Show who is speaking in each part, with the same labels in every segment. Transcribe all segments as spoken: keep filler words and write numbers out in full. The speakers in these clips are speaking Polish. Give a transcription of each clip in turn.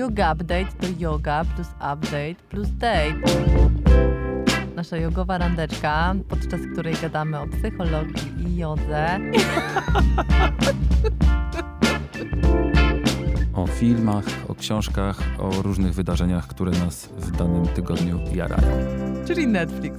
Speaker 1: Yoga Update to yoga plus update plus date. Nasza jogowa randeczka, podczas której gadamy o psychologii i jodze.
Speaker 2: O filmach, o książkach, o różnych wydarzeniach, które nas w danym tygodniu jarają.
Speaker 1: Czyli Netflix.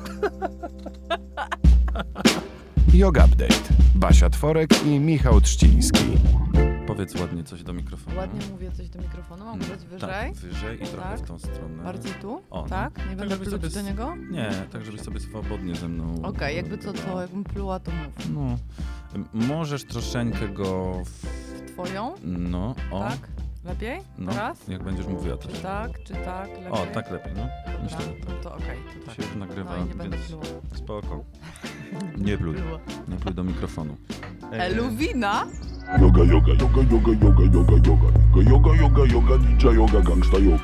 Speaker 3: Yoga Update. Basia Tworek i Michał Trzciński.
Speaker 2: Powiedz ładnie coś do mikrofonu.
Speaker 1: Ładnie mówię coś do mikrofonu, mam mówić wyżej?
Speaker 2: Tak, wyżej i trochę
Speaker 1: Tak?
Speaker 2: w tą stronę.
Speaker 1: Bardziej tu?
Speaker 2: O, no.
Speaker 1: Tak? Nie
Speaker 2: Tak,
Speaker 1: będę
Speaker 2: żebyś
Speaker 1: pluć
Speaker 2: sobie
Speaker 1: do
Speaker 2: s-
Speaker 1: niego?
Speaker 2: Nie, tak żebyś sobie swobodnie ze mną...
Speaker 1: Okej, okay, jakby co,
Speaker 2: gadała.
Speaker 1: to jakbym pluła, to mów.
Speaker 2: No, m- możesz troszeczkę go... W...
Speaker 1: Twoją?
Speaker 2: No, o.
Speaker 1: Tak? Lepiej?
Speaker 2: No,
Speaker 1: Teraz?
Speaker 2: jak będziesz mówiła
Speaker 1: Czy
Speaker 2: też.
Speaker 1: tak, czy tak, lepiej?
Speaker 2: O, tak lepiej, no.
Speaker 1: Dobra,
Speaker 2: Myślę, że tak.
Speaker 1: to okej. Okay,
Speaker 2: To
Speaker 1: tak.
Speaker 2: się już nagrywa,
Speaker 1: No i nie będę
Speaker 2: więc
Speaker 1: pluła.
Speaker 2: spoko. Nie pluj,
Speaker 1: Pluła.
Speaker 2: nie pluj do mikrofonu. E,
Speaker 1: Eluwina?
Speaker 4: Yoga, yoga, yoga, yoga, yoga, yoga, yoga, yoga, yoga, yoga, ninja yoga, gangsta yoga.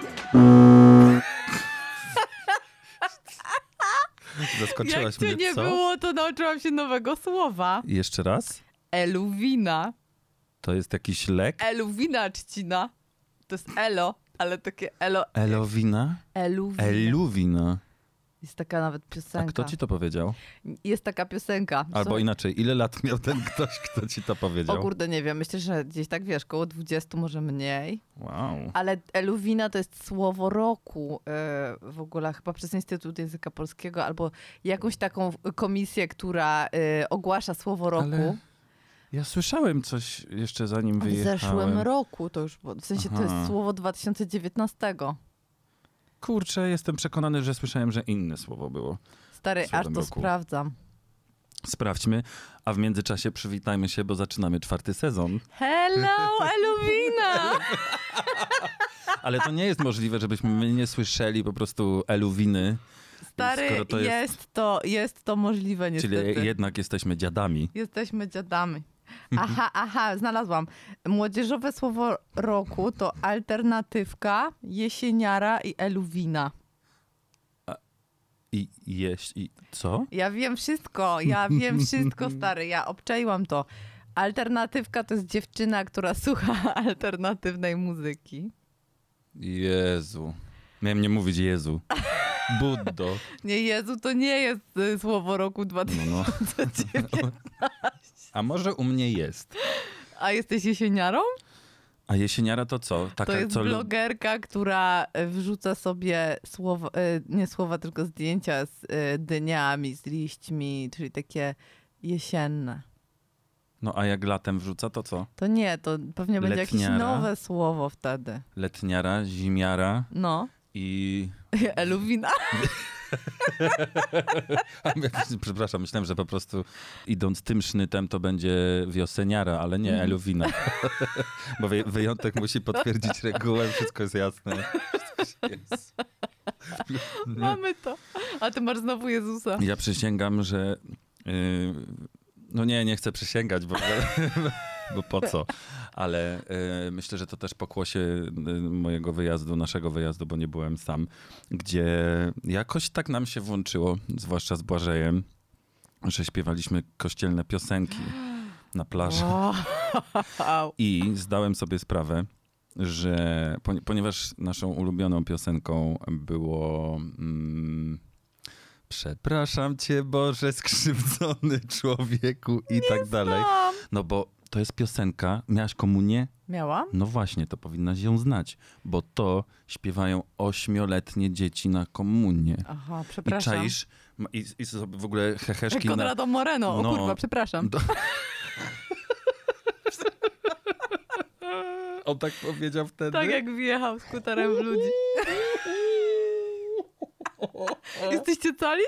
Speaker 2: Zaskoczyłaś
Speaker 1: Jak cię
Speaker 2: mnie,
Speaker 1: nie
Speaker 2: co?
Speaker 1: było, to nauczyłam się nowego słowa.
Speaker 2: Jeszcze raz?
Speaker 1: Eluwina.
Speaker 2: To jest jakiś lek?
Speaker 1: Eluwina trzcina. To jest elo, ale takie elo.
Speaker 2: Elowina?
Speaker 1: Eluwina.
Speaker 2: Eluwina.
Speaker 1: Jest taka nawet
Speaker 2: A
Speaker 1: piosenka.
Speaker 2: kto ci to powiedział?
Speaker 1: Jest taka piosenka.
Speaker 2: Albo
Speaker 1: Co?
Speaker 2: inaczej, ile lat miał ten ktoś, kto ci to powiedział?
Speaker 1: O kurde, nie wiem. Myślę, że gdzieś tak, wiesz, koło dwudziestu, może mniej.
Speaker 2: Wow.
Speaker 1: Ale eluwina to jest słowo roku yy, w ogóle, chyba przez Instytut Języka Polskiego albo jakąś taką komisję, która yy, ogłasza słowo roku.
Speaker 2: Ale ja słyszałem coś jeszcze zanim
Speaker 1: W
Speaker 2: wyjechałem.
Speaker 1: zeszłym roku to już, było- w sensie to
Speaker 2: Aha.
Speaker 1: jest słowo dwa tysiące dziewiętnastego.
Speaker 2: Kurczę, jestem przekonany, że słyszałem, że inne słowo było.
Speaker 1: Stary, aż
Speaker 2: Słowem
Speaker 1: to
Speaker 2: roku.
Speaker 1: sprawdzam.
Speaker 2: Sprawdźmy, a w międzyczasie przywitajmy się, bo zaczynamy czwarty sezon.
Speaker 1: Hello, eluwina!
Speaker 2: Ale to nie jest możliwe, żebyśmy my nie słyszeli po prostu eluwiny.
Speaker 1: Stary,
Speaker 2: Skoro to
Speaker 1: jest...
Speaker 2: jest-
Speaker 1: to, jest to możliwe niestety.
Speaker 2: Czyli jednak jesteśmy dziadami.
Speaker 1: Jesteśmy dziadami. Aha, aha, znalazłam. Młodzieżowe słowo roku to alternatywka, jesieniara i eluwina.
Speaker 2: I jeść, i co?
Speaker 1: Ja wiem wszystko, ja wiem wszystko, stary, ja obczaiłam to. Alternatywka to jest dziewczyna, która słucha alternatywnej muzyki.
Speaker 2: Jezu. Miałem nie mówić Jezu. Buddo.
Speaker 1: Nie, Jezu, to nie jest y, słowo roku
Speaker 2: No, no.
Speaker 1: dwa tysiące dziewiętnastego.
Speaker 2: A może u mnie jest.
Speaker 1: A jesteś jesieniarą?
Speaker 2: A jesieniara to co? Taka,
Speaker 1: To jest
Speaker 2: co lu-
Speaker 1: blogerka, która y, wrzuca sobie słowa, y, nie słowa, tylko zdjęcia z y, dyniami, z liśćmi, czyli takie jesienne.
Speaker 2: No a jak latem wrzuca, to co?
Speaker 1: To nie, to pewnie będzie jakieś
Speaker 2: Letniara?
Speaker 1: nowe słowo wtedy.
Speaker 2: Letniara, zimiara
Speaker 1: No.
Speaker 2: i...
Speaker 1: Eluwina.
Speaker 2: Przepraszam, myślałem, że po prostu idąc tym sznytem to będzie wioseniara, ale nie, eluwina. Bo wy- wyjątek musi potwierdzić regułę, wszystko jest jasne. Wszystko jest.
Speaker 1: Mamy to. A ty masz znowu Jezusa.
Speaker 2: Ja przysięgam, że... Yy, no nie, nie chcę przysięgać, bo, bo po co? Ale yy, myślę, że to też pokłosie yy, mojego wyjazdu, naszego wyjazdu, bo nie byłem sam, gdzie jakoś tak nam się włączyło, zwłaszcza z Błażejem, że śpiewaliśmy kościelne piosenki na plaży.
Speaker 1: Wow.
Speaker 2: I zdałem sobie sprawę, że poni- ponieważ naszą ulubioną piosenką było mm, przepraszam cię Boże skrzywdzony człowieku i tak dalej.
Speaker 1: Znam.
Speaker 2: No bo to jest piosenka, miałaś komunię?
Speaker 1: Miałam?
Speaker 2: No właśnie, to powinnaś ją znać, bo to śpiewają ośmioletnie dzieci na komunię.
Speaker 1: Aha,
Speaker 2: I
Speaker 1: przepraszam.
Speaker 2: czaisz, ma- i, i sobie w ogóle heheszki na...
Speaker 1: Konrado Moreno, o
Speaker 2: No.
Speaker 1: kurwa, przepraszam.
Speaker 2: Do... On tak powiedział wtedy?
Speaker 1: Tak jak wjechał skuterem w ludzi. Jesteście cali?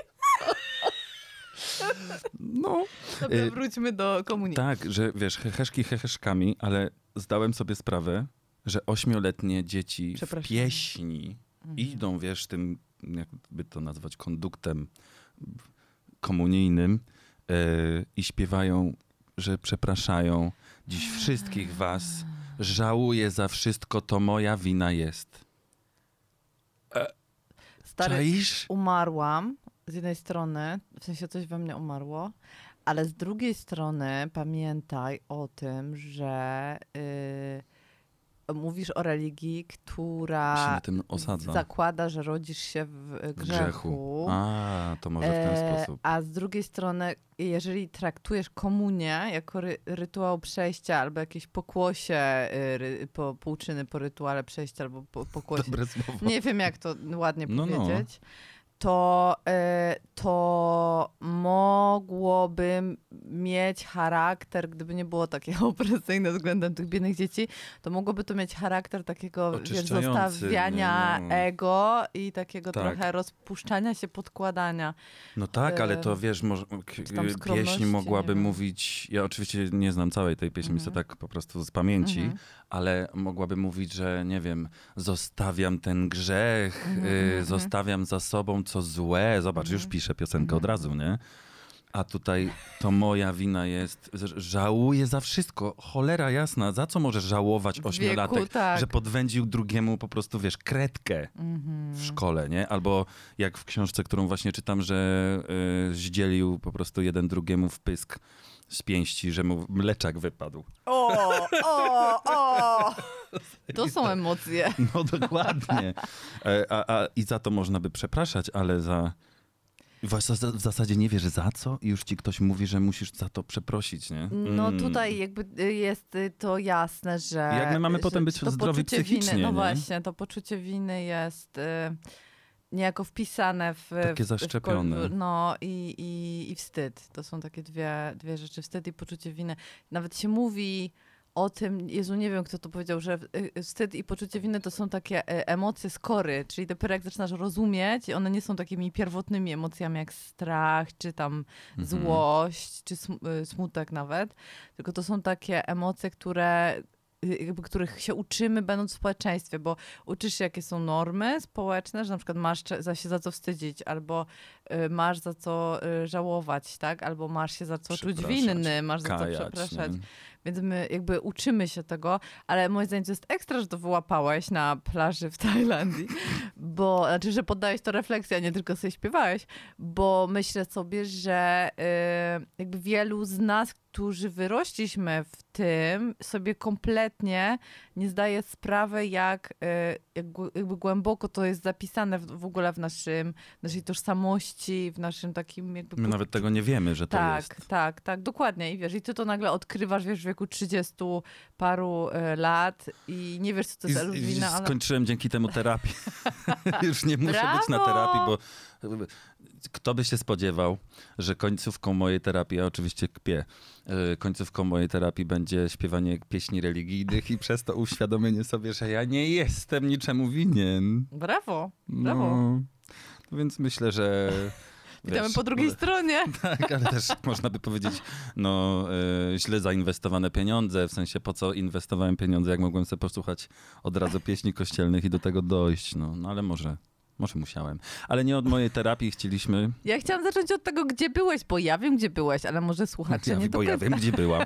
Speaker 2: No.
Speaker 1: Dobra,
Speaker 2: Y,
Speaker 1: wróćmy do komunii.
Speaker 2: Tak, że wiesz, heheszki heheszkami, ale zdałem sobie sprawę, że ośmioletnie dzieci w
Speaker 1: Przepraszam.
Speaker 2: pieśni
Speaker 1: Mhm.
Speaker 2: idą, wiesz, tym, jakby to nazwać, konduktem komunijnym yy, i śpiewają, że przepraszają dziś wszystkich was, żałuję za wszystko, to moja wina jest.
Speaker 1: Stary,
Speaker 2: Czaisz?
Speaker 1: umarłam z jednej strony, w sensie coś we mnie umarło, ale z drugiej strony pamiętaj o tym, że yy, mówisz o religii, która
Speaker 2: Się na tym osadza.
Speaker 1: zakłada, że rodzisz się w grzechu.
Speaker 2: W grzechu. A, to może w ten
Speaker 1: E,
Speaker 2: sposób.
Speaker 1: A z drugiej strony, jeżeli traktujesz komunię jako ry, rytuał przejścia albo jakieś pokłosie, y, ry, po, półczyny po rytuale przejścia albo po, pokłosie,
Speaker 2: Dobre słowo.
Speaker 1: nie wiem jak to ładnie
Speaker 2: No, no.
Speaker 1: powiedzieć, to, y, to mogłoby mieć charakter, gdyby nie było takie opresyjne względem tych biednych dzieci, to mogłoby to mieć charakter takiego, wiesz,
Speaker 2: Oczyszczający,
Speaker 1: zostawiania
Speaker 2: nie, no.
Speaker 1: ego i takiego
Speaker 2: Tak.
Speaker 1: trochę rozpuszczania się, podkładania.
Speaker 2: No tak, ale
Speaker 1: e,
Speaker 2: to wiesz, może, k-
Speaker 1: czy tam skromności,
Speaker 2: pieśń mogłaby
Speaker 1: nie wiem.
Speaker 2: mówić, ja oczywiście nie znam całej tej pieśni,
Speaker 1: Mhm.
Speaker 2: myślę tak po prostu z pamięci,
Speaker 1: Mhm.
Speaker 2: ale mogłaby mówić, że nie wiem, zostawiam ten grzech,
Speaker 1: Mhm,
Speaker 2: y,
Speaker 1: mhm.
Speaker 2: zostawiam za sobą co złe, zobacz, już
Speaker 1: Mhm.
Speaker 2: piszę piosenkę od
Speaker 1: Mhm.
Speaker 2: razu, nie? A tutaj to moja wina jest, że żałuję za wszystko, cholera jasna, za co możesz żałować
Speaker 1: W
Speaker 2: ośmiolatek,
Speaker 1: wieku, tak.
Speaker 2: że podwędził drugiemu po prostu, wiesz, kredkę
Speaker 1: Mhm.
Speaker 2: w szkole, nie? Albo jak w książce, którą właśnie czytam, że y, zdzielił po prostu jeden drugiemu w pysk z pięści, że mu mleczak wypadł.
Speaker 1: O, o, o! To są emocje.
Speaker 2: No dokładnie. E, A, a, I za to można by przepraszać, ale za... W zas- w zasadzie nie wiesz za co i już ci ktoś mówi, że musisz za to przeprosić, nie?
Speaker 1: No
Speaker 2: Mm.
Speaker 1: tutaj jakby y, jest y, to jasne, że...
Speaker 2: Jak my mamy
Speaker 1: że
Speaker 2: potem być
Speaker 1: to
Speaker 2: zdrowi
Speaker 1: poczucie
Speaker 2: psychicznie,
Speaker 1: Winy, no
Speaker 2: nie?
Speaker 1: właśnie, to poczucie winy jest y, niejako wpisane w...
Speaker 2: Takie
Speaker 1: w-
Speaker 2: zaszczepione.
Speaker 1: W, no i, i, i wstyd. To są takie dwie, dwie rzeczy. Wstyd i poczucie winy. Nawet się mówi o tym, Jezu, nie wiem kto to powiedział, że y, wstyd i poczucie winy to są takie y, emocje skory, czyli dopiero jak zaczynasz rozumieć, one nie są takimi pierwotnymi emocjami jak strach, czy tam
Speaker 2: Mhm.
Speaker 1: złość, czy sm- y, smutek nawet, tylko to są takie emocje, które y, jakby, których się uczymy będąc w społeczeństwie, bo uczysz się jakie są normy społeczne, że na przykład masz cze- za się za co wstydzić, albo y, masz za co y, żałować, tak? Albo masz się za co czuć
Speaker 2: Przepraszać,
Speaker 1: winny, masz za co
Speaker 2: Kajać,
Speaker 1: przepraszać.
Speaker 2: nie?
Speaker 1: Więc my jakby uczymy się tego, ale moim zdaniem to jest ekstra, że to wyłapałeś na plaży w Tajlandii, bo znaczy, że poddałeś to refleksji, a nie tylko sobie śpiewałeś, bo myślę sobie, że y, jakby wielu z nas, którzy wyrośliśmy w tym, sobie kompletnie nie zdaje sprawy, jak, y, jak gł- jakby głęboko to jest zapisane w, w ogóle w naszym, naszej tożsamości, w naszym takim jakby...
Speaker 2: My nawet tego nie wiemy, że to
Speaker 1: Tak,
Speaker 2: jest.
Speaker 1: tak, tak, dokładnie. I wiesz, i ty to nagle odkrywasz, wiesz, w wieku trzydziestu paru e, lat i nie wiesz, co to
Speaker 2: I
Speaker 1: jest
Speaker 2: z- i
Speaker 1: eluzina, ale...
Speaker 2: skończyłem dzięki temu terapię. Już nie muszę być na
Speaker 1: Brawo!
Speaker 2: terapii, bo kto by się spodziewał, że końcówką mojej terapii, ja oczywiście kpię, e, końcówką mojej terapii będzie śpiewanie pieśni religijnych i przez to uświadomienie sobie, że ja nie jestem niczemu winien.
Speaker 1: Brawo, brawo.
Speaker 2: No, więc myślę, że...
Speaker 1: Witamy
Speaker 2: wiesz,
Speaker 1: po drugiej stronie.
Speaker 2: Tak, ale też można by powiedzieć, no e, źle zainwestowane pieniądze, w sensie po co inwestowałem pieniądze, jak mogłem sobie posłuchać od razu pieśni kościelnych i do tego dojść, no, no ale może, może musiałem. Ale nie od mojej terapii chcieliśmy,
Speaker 1: Ja chciałam zacząć od tego, gdzie byłeś, bo ja wiem, gdzie byłeś, ale może słuchacze
Speaker 2: ja,
Speaker 1: nie
Speaker 2: bo
Speaker 1: do
Speaker 2: ja
Speaker 1: końca.
Speaker 2: wiem, gdzie byłam.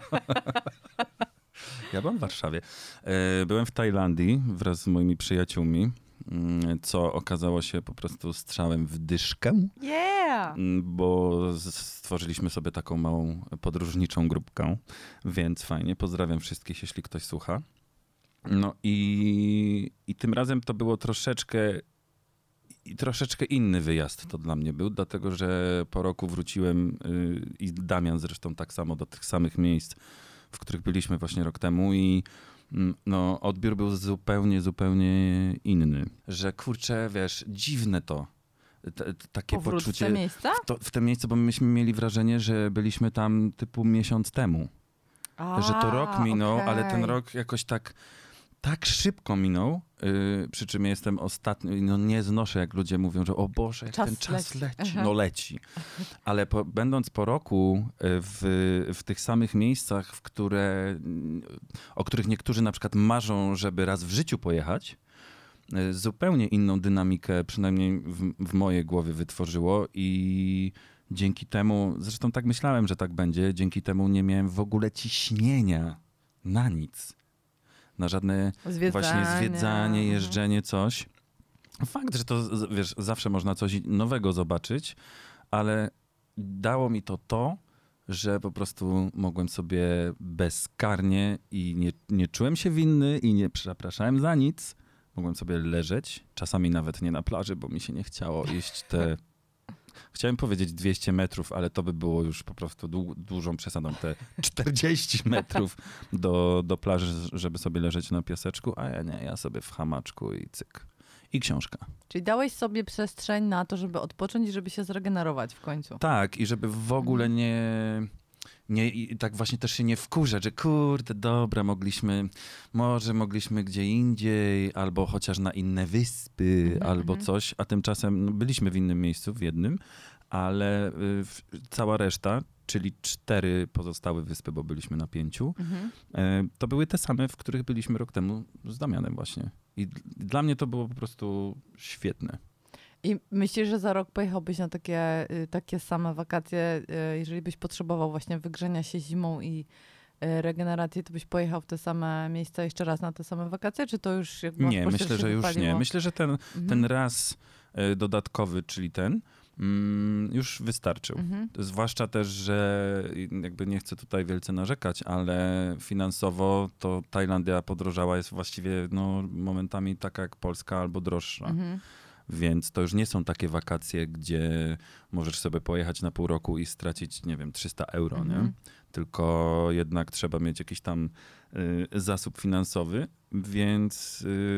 Speaker 2: Ja byłam w Warszawie. E, byłem w Tajlandii wraz z moimi przyjaciółmi, mm, co okazało się po prostu strzałem w dyszkę.
Speaker 1: Yeah!
Speaker 2: Bo z- stworzyliśmy sobie taką małą podróżniczą grupkę, więc fajnie, pozdrawiam wszystkich, jeśli ktoś słucha. No i, i tym razem to było troszeczkę, i troszeczkę inny wyjazd to dla mnie był, dlatego że po roku wróciłem y, i Damian zresztą tak samo do tych samych miejsc, w których byliśmy właśnie rok temu i mm, no, odbiór był zupełnie, zupełnie inny. Że kurczę, wiesz, dziwne to. T- t- takie
Speaker 1: Powrót w
Speaker 2: poczucie
Speaker 1: te miejsca?
Speaker 2: to, w te miejsce, bo myśmy mieli wrażenie, że byliśmy tam typu miesiąc temu.
Speaker 1: A,
Speaker 2: że to rok minął,
Speaker 1: okej.
Speaker 2: ale ten rok jakoś tak, tak szybko minął, yy, przy czym jestem ostatnio, no nie znoszę jak ludzie mówią, że o Boże, jak
Speaker 1: Czas
Speaker 2: ten czas
Speaker 1: leci.
Speaker 2: leci.
Speaker 1: Aha.
Speaker 2: No leci. Ale po, będąc po roku y, w, w tych samych miejscach, w które, o których niektórzy na przykład marzą, żeby raz w życiu pojechać, y, zupełnie inną dynamikę, przynajmniej w, w mojej głowie wytworzyło i dzięki temu, zresztą tak myślałem, że tak będzie, dzięki temu nie miałem w ogóle ciśnienia na nic. Na żadne
Speaker 1: Zwiedzanie.
Speaker 2: właśnie zwiedzanie,
Speaker 1: Mhm.
Speaker 2: jeżdżenie, coś. Fakt, że to, z- wiesz, zawsze można coś nowego zobaczyć, ale dało mi to to, że po prostu mogłem sobie bezkarnie i nie, nie czułem się winny i nie przepraszałem za nic. Mogłem sobie leżeć, czasami nawet nie na plaży, bo mi się nie chciało iść te... Chciałem powiedzieć dwieście metrów, ale to by było już po prostu dłu- dużą przesadą, te czterdzieści metrów do, do plaży, żeby sobie leżeć na piaseczku, a ja nie, ja sobie w hamaczku i cyk. I książka.
Speaker 1: Czyli dałeś sobie przestrzeń na to, żeby odpocząć i żeby się zregenerować w końcu.
Speaker 2: Tak, i żeby w ogóle nie... Nie, i tak właśnie też się nie wkurzać, że kurde, dobra, mogliśmy, może mogliśmy gdzie indziej, albo chociaż na inne wyspy,
Speaker 1: Mhm,
Speaker 2: albo
Speaker 1: mhm.
Speaker 2: coś, a tymczasem no, byliśmy w innym miejscu, w jednym, ale y, w, cała reszta, czyli cztery pozostałe wyspy, bo byliśmy na pięciu,
Speaker 1: Mhm.
Speaker 2: y, to były te same, w których byliśmy rok temu z Damianem właśnie. I d- dla mnie to było po prostu świetne.
Speaker 1: I myślisz, że za rok pojechałbyś na takie, y, takie same wakacje, y, jeżeli byś potrzebował właśnie wygrzenia się zimą i y, regeneracji, to byś pojechał w te same miejsca jeszcze raz na te same wakacje, czy to już jak masz
Speaker 2: Nie,
Speaker 1: poczucie,
Speaker 2: myślę,
Speaker 1: się
Speaker 2: że już
Speaker 1: wypaliło?
Speaker 2: nie. Myślę, że ten,
Speaker 1: Mhm.
Speaker 2: ten raz y, dodatkowy, czyli ten, mm, już wystarczył.
Speaker 1: Mhm.
Speaker 2: Zwłaszcza też, że jakby nie chcę tutaj wielce narzekać, ale finansowo to Tajlandia podrożała jest właściwie no, momentami taka jak Polska albo droższa.
Speaker 1: Mhm.
Speaker 2: Więc to już nie są takie wakacje, gdzie możesz sobie pojechać na pół roku i stracić, nie wiem, trzysta euro,
Speaker 1: Mhm.
Speaker 2: nie? Tylko jednak trzeba mieć jakiś tam y, zasób finansowy, więc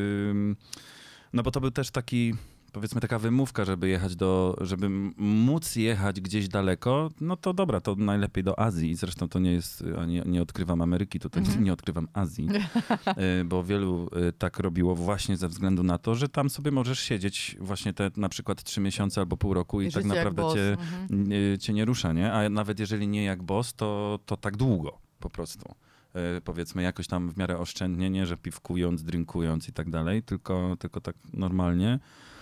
Speaker 2: y, no bo to był też taki, powiedzmy taka wymówka, żeby jechać do, żeby m- móc jechać gdzieś daleko, no to dobra, to najlepiej do Azji. Zresztą to nie jest, nie, nie odkrywam Ameryki, tutaj
Speaker 1: Mhm.
Speaker 2: nie odkrywam Azji, y, bo wielu y, tak robiło właśnie ze względu na to, że tam sobie możesz siedzieć właśnie te na przykład trzy miesiące albo pół roku i,
Speaker 1: I
Speaker 2: tak
Speaker 1: życie jak
Speaker 2: naprawdę
Speaker 1: boss.
Speaker 2: cię,
Speaker 1: Mhm.
Speaker 2: y, cię nie rusza, nie? A nawet jeżeli nie jak boss, to, to tak długo po prostu. Y, powiedzmy jakoś tam w miarę oszczędnie, nie, że piwkując, drinkując i tak dalej, tylko, tylko tak normalnie.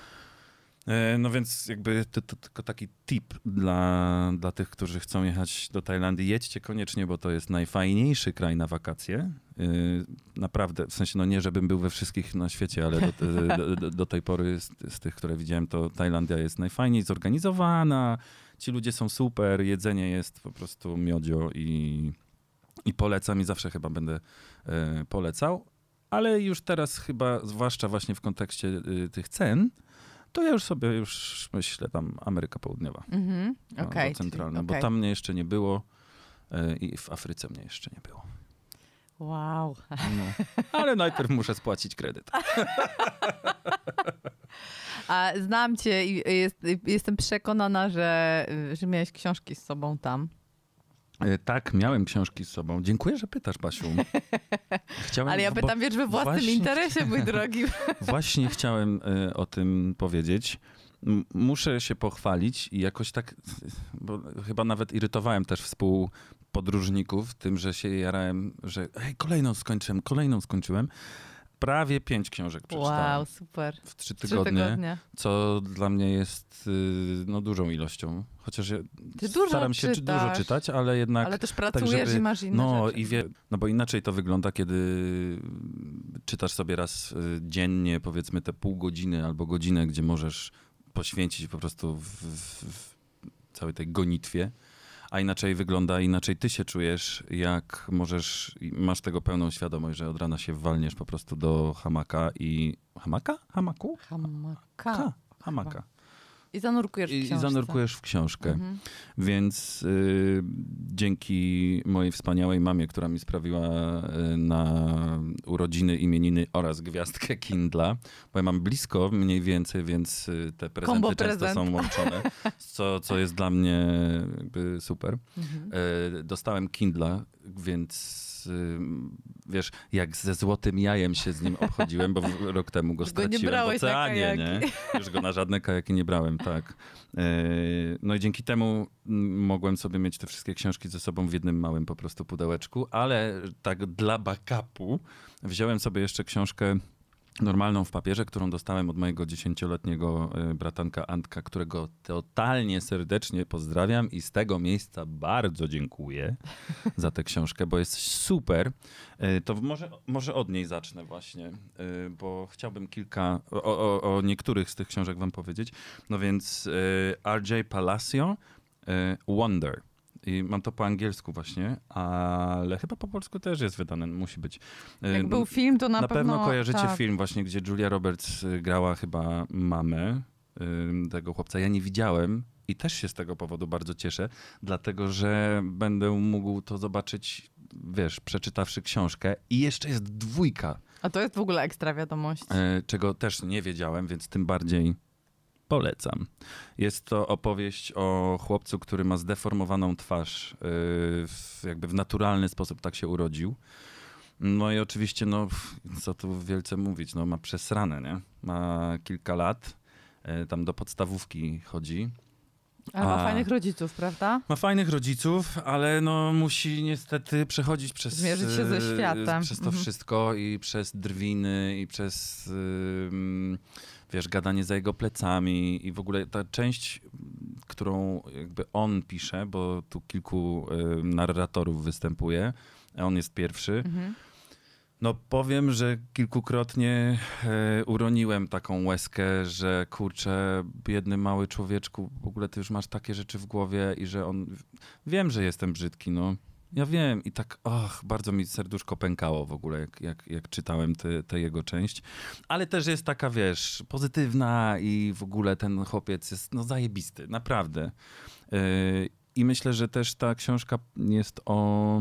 Speaker 2: E, No więc jakby to, to tylko taki tip dla, dla tych, którzy chcą jechać do Tajlandii. Jedźcie koniecznie, bo to jest najfajniejszy kraj na wakacje. Yy, Naprawdę, w sensie no nie, żebym był we wszystkich na świecie, ale do, do, do, do tej pory z, z tych, które widziałem, to Tajlandia jest najfajniej zorganizowana. Ci ludzie są super, jedzenie jest po prostu miodzio i, i polecam i zawsze chyba będę e, polecał. Ale już teraz chyba, zwłaszcza właśnie w kontekście y, tych cen, to ja już sobie już myślę tam Ameryka Południowa,
Speaker 1: Mhm.
Speaker 2: no,
Speaker 1: Okej,
Speaker 2: to centralna,
Speaker 1: czyli-
Speaker 2: bo
Speaker 1: okej.
Speaker 2: tam mnie jeszcze nie było y, i w Afryce mnie jeszcze nie było.
Speaker 1: Wow.
Speaker 2: No. Ale najpierw muszę spłacić kredyt.
Speaker 1: A znam cię i jest, jestem przekonana, że, że miałeś książki z sobą tam.
Speaker 2: Y, Tak, miałem książki z sobą. Dziękuję, że pytasz, Basiu. Chciałem,
Speaker 1: Ale ja
Speaker 2: bo
Speaker 1: pytam, wiesz, we własnym
Speaker 2: właśnie-
Speaker 1: interesie, mój drogi.
Speaker 2: Właśnie chciałem y, o tym powiedzieć. M- Muszę się pochwalić i jakoś tak, bo chyba nawet irytowałem też współpodróżników tym, że się jarałem, że hej, kolejną skończyłem, kolejną skończyłem. Prawie pięć książek przeczytałem
Speaker 1: Wow, super.
Speaker 2: w trzy
Speaker 1: Trzy
Speaker 2: tygodnie,
Speaker 1: tygodnie.
Speaker 2: co dla mnie jest y, no, dużą ilością. Chociaż ja
Speaker 1: Ty dużo
Speaker 2: staram się czy- dużo
Speaker 1: czytasz.
Speaker 2: czytać, ale jednak...
Speaker 1: Ale też pracujesz
Speaker 2: żeby-
Speaker 1: i masz inne
Speaker 2: No
Speaker 1: rzeczy.
Speaker 2: i wie, no bo inaczej to wygląda, kiedy czytasz sobie raz y, dziennie, powiedzmy te pół godziny albo godzinę, gdzie możesz poświęcić po prostu w, w, w całej tej gonitwie, a inaczej wygląda, inaczej ty się czujesz, jak możesz, i masz tego pełną świadomość, że od rana się walniesz po prostu do hamaka i... Hamaka? Hamaku?
Speaker 1: Hamaka.
Speaker 2: Ha, hamaka.
Speaker 1: I zanurkujesz w
Speaker 2: I,
Speaker 1: książce.
Speaker 2: I zanurkujesz w książkę.
Speaker 1: Mhm.
Speaker 2: Więc y, dzięki mojej wspaniałej mamie, która mi sprawiła y, na urodziny, imieniny oraz gwiazdkę Kindla, bo ja mam blisko mniej więcej, więc y, te prezenty
Speaker 1: Combo
Speaker 2: często
Speaker 1: prezent.
Speaker 2: są łączone, co, co jest dla mnie jakby super.
Speaker 1: Mhm.
Speaker 2: Y, dostałem Kindla, więc y, wiesz, jak ze złotym jajem się z nim obchodziłem, bo w- rok temu go
Speaker 1: Już go nie
Speaker 2: straciłem w
Speaker 1: brałeś na
Speaker 2: oceanie,
Speaker 1: kajaki.
Speaker 2: nie? Już go na żadne kajaki nie brałem, tak. Yy, No i dzięki temu mm, mogłem sobie mieć te wszystkie książki ze sobą w jednym małym po prostu pudełeczku, ale tak dla backupu wziąłem sobie jeszcze książkę normalną w papierze, którą dostałem od mojego dziesięcioletniego y, bratanka Antka, którego totalnie serdecznie pozdrawiam i z tego miejsca bardzo dziękuję za tę książkę, bo jest super. Y, To może, może od niej zacznę właśnie, y, bo chciałbym kilka, o, o, o niektórych z tych książek wam powiedzieć. No więc y, R J Palacio, y, Wonder. I mam to po angielsku właśnie, ale chyba po polsku też jest wydane, musi być.
Speaker 1: Jak był film, to na,
Speaker 2: na pewno... pewno kojarzycie
Speaker 1: tak.
Speaker 2: film właśnie, gdzie Julia Roberts grała chyba mamę tego chłopca. Ja nie widziałem i też się z tego powodu bardzo cieszę, dlatego że będę mógł to zobaczyć, wiesz, przeczytawszy książkę. I jeszcze jest dwójka.
Speaker 1: A to jest w ogóle ekstra wiadomość.
Speaker 2: Czego też nie wiedziałem, więc tym bardziej polecam. Jest to opowieść o chłopcu, który ma zdeformowaną twarz. W, jakby w naturalny sposób tak się urodził. No i oczywiście, no co tu wielce mówić, no ma przesrane, nie? Ma kilka lat, tam do podstawówki chodzi.
Speaker 1: Ale ma
Speaker 2: A,
Speaker 1: fajnych rodziców, prawda?
Speaker 2: Ma fajnych rodziców, ale no musi niestety przechodzić przez...
Speaker 1: Zmierzyć się ze światem.
Speaker 2: Przez to
Speaker 1: mhm.
Speaker 2: wszystko i przez drwiny i przez, yy, wiesz, gadanie za jego plecami i w ogóle ta część, którą jakby on pisze, bo tu kilku yy, narratorów występuje, a on jest pierwszy. Mhm. No powiem, że kilkukrotnie e, uroniłem taką łezkę, że kurczę, biedny mały człowieczku, w ogóle ty już masz takie rzeczy w głowie i że on... Wiem, że jestem brzydki, no. Ja wiem i tak, och, bardzo mi serduszko pękało w ogóle, jak, jak, jak czytałem tę jego część. Ale też jest taka, wiesz, pozytywna i w ogóle ten chłopiec jest, no, zajebisty, naprawdę. E, I myślę, że też ta książka jest o...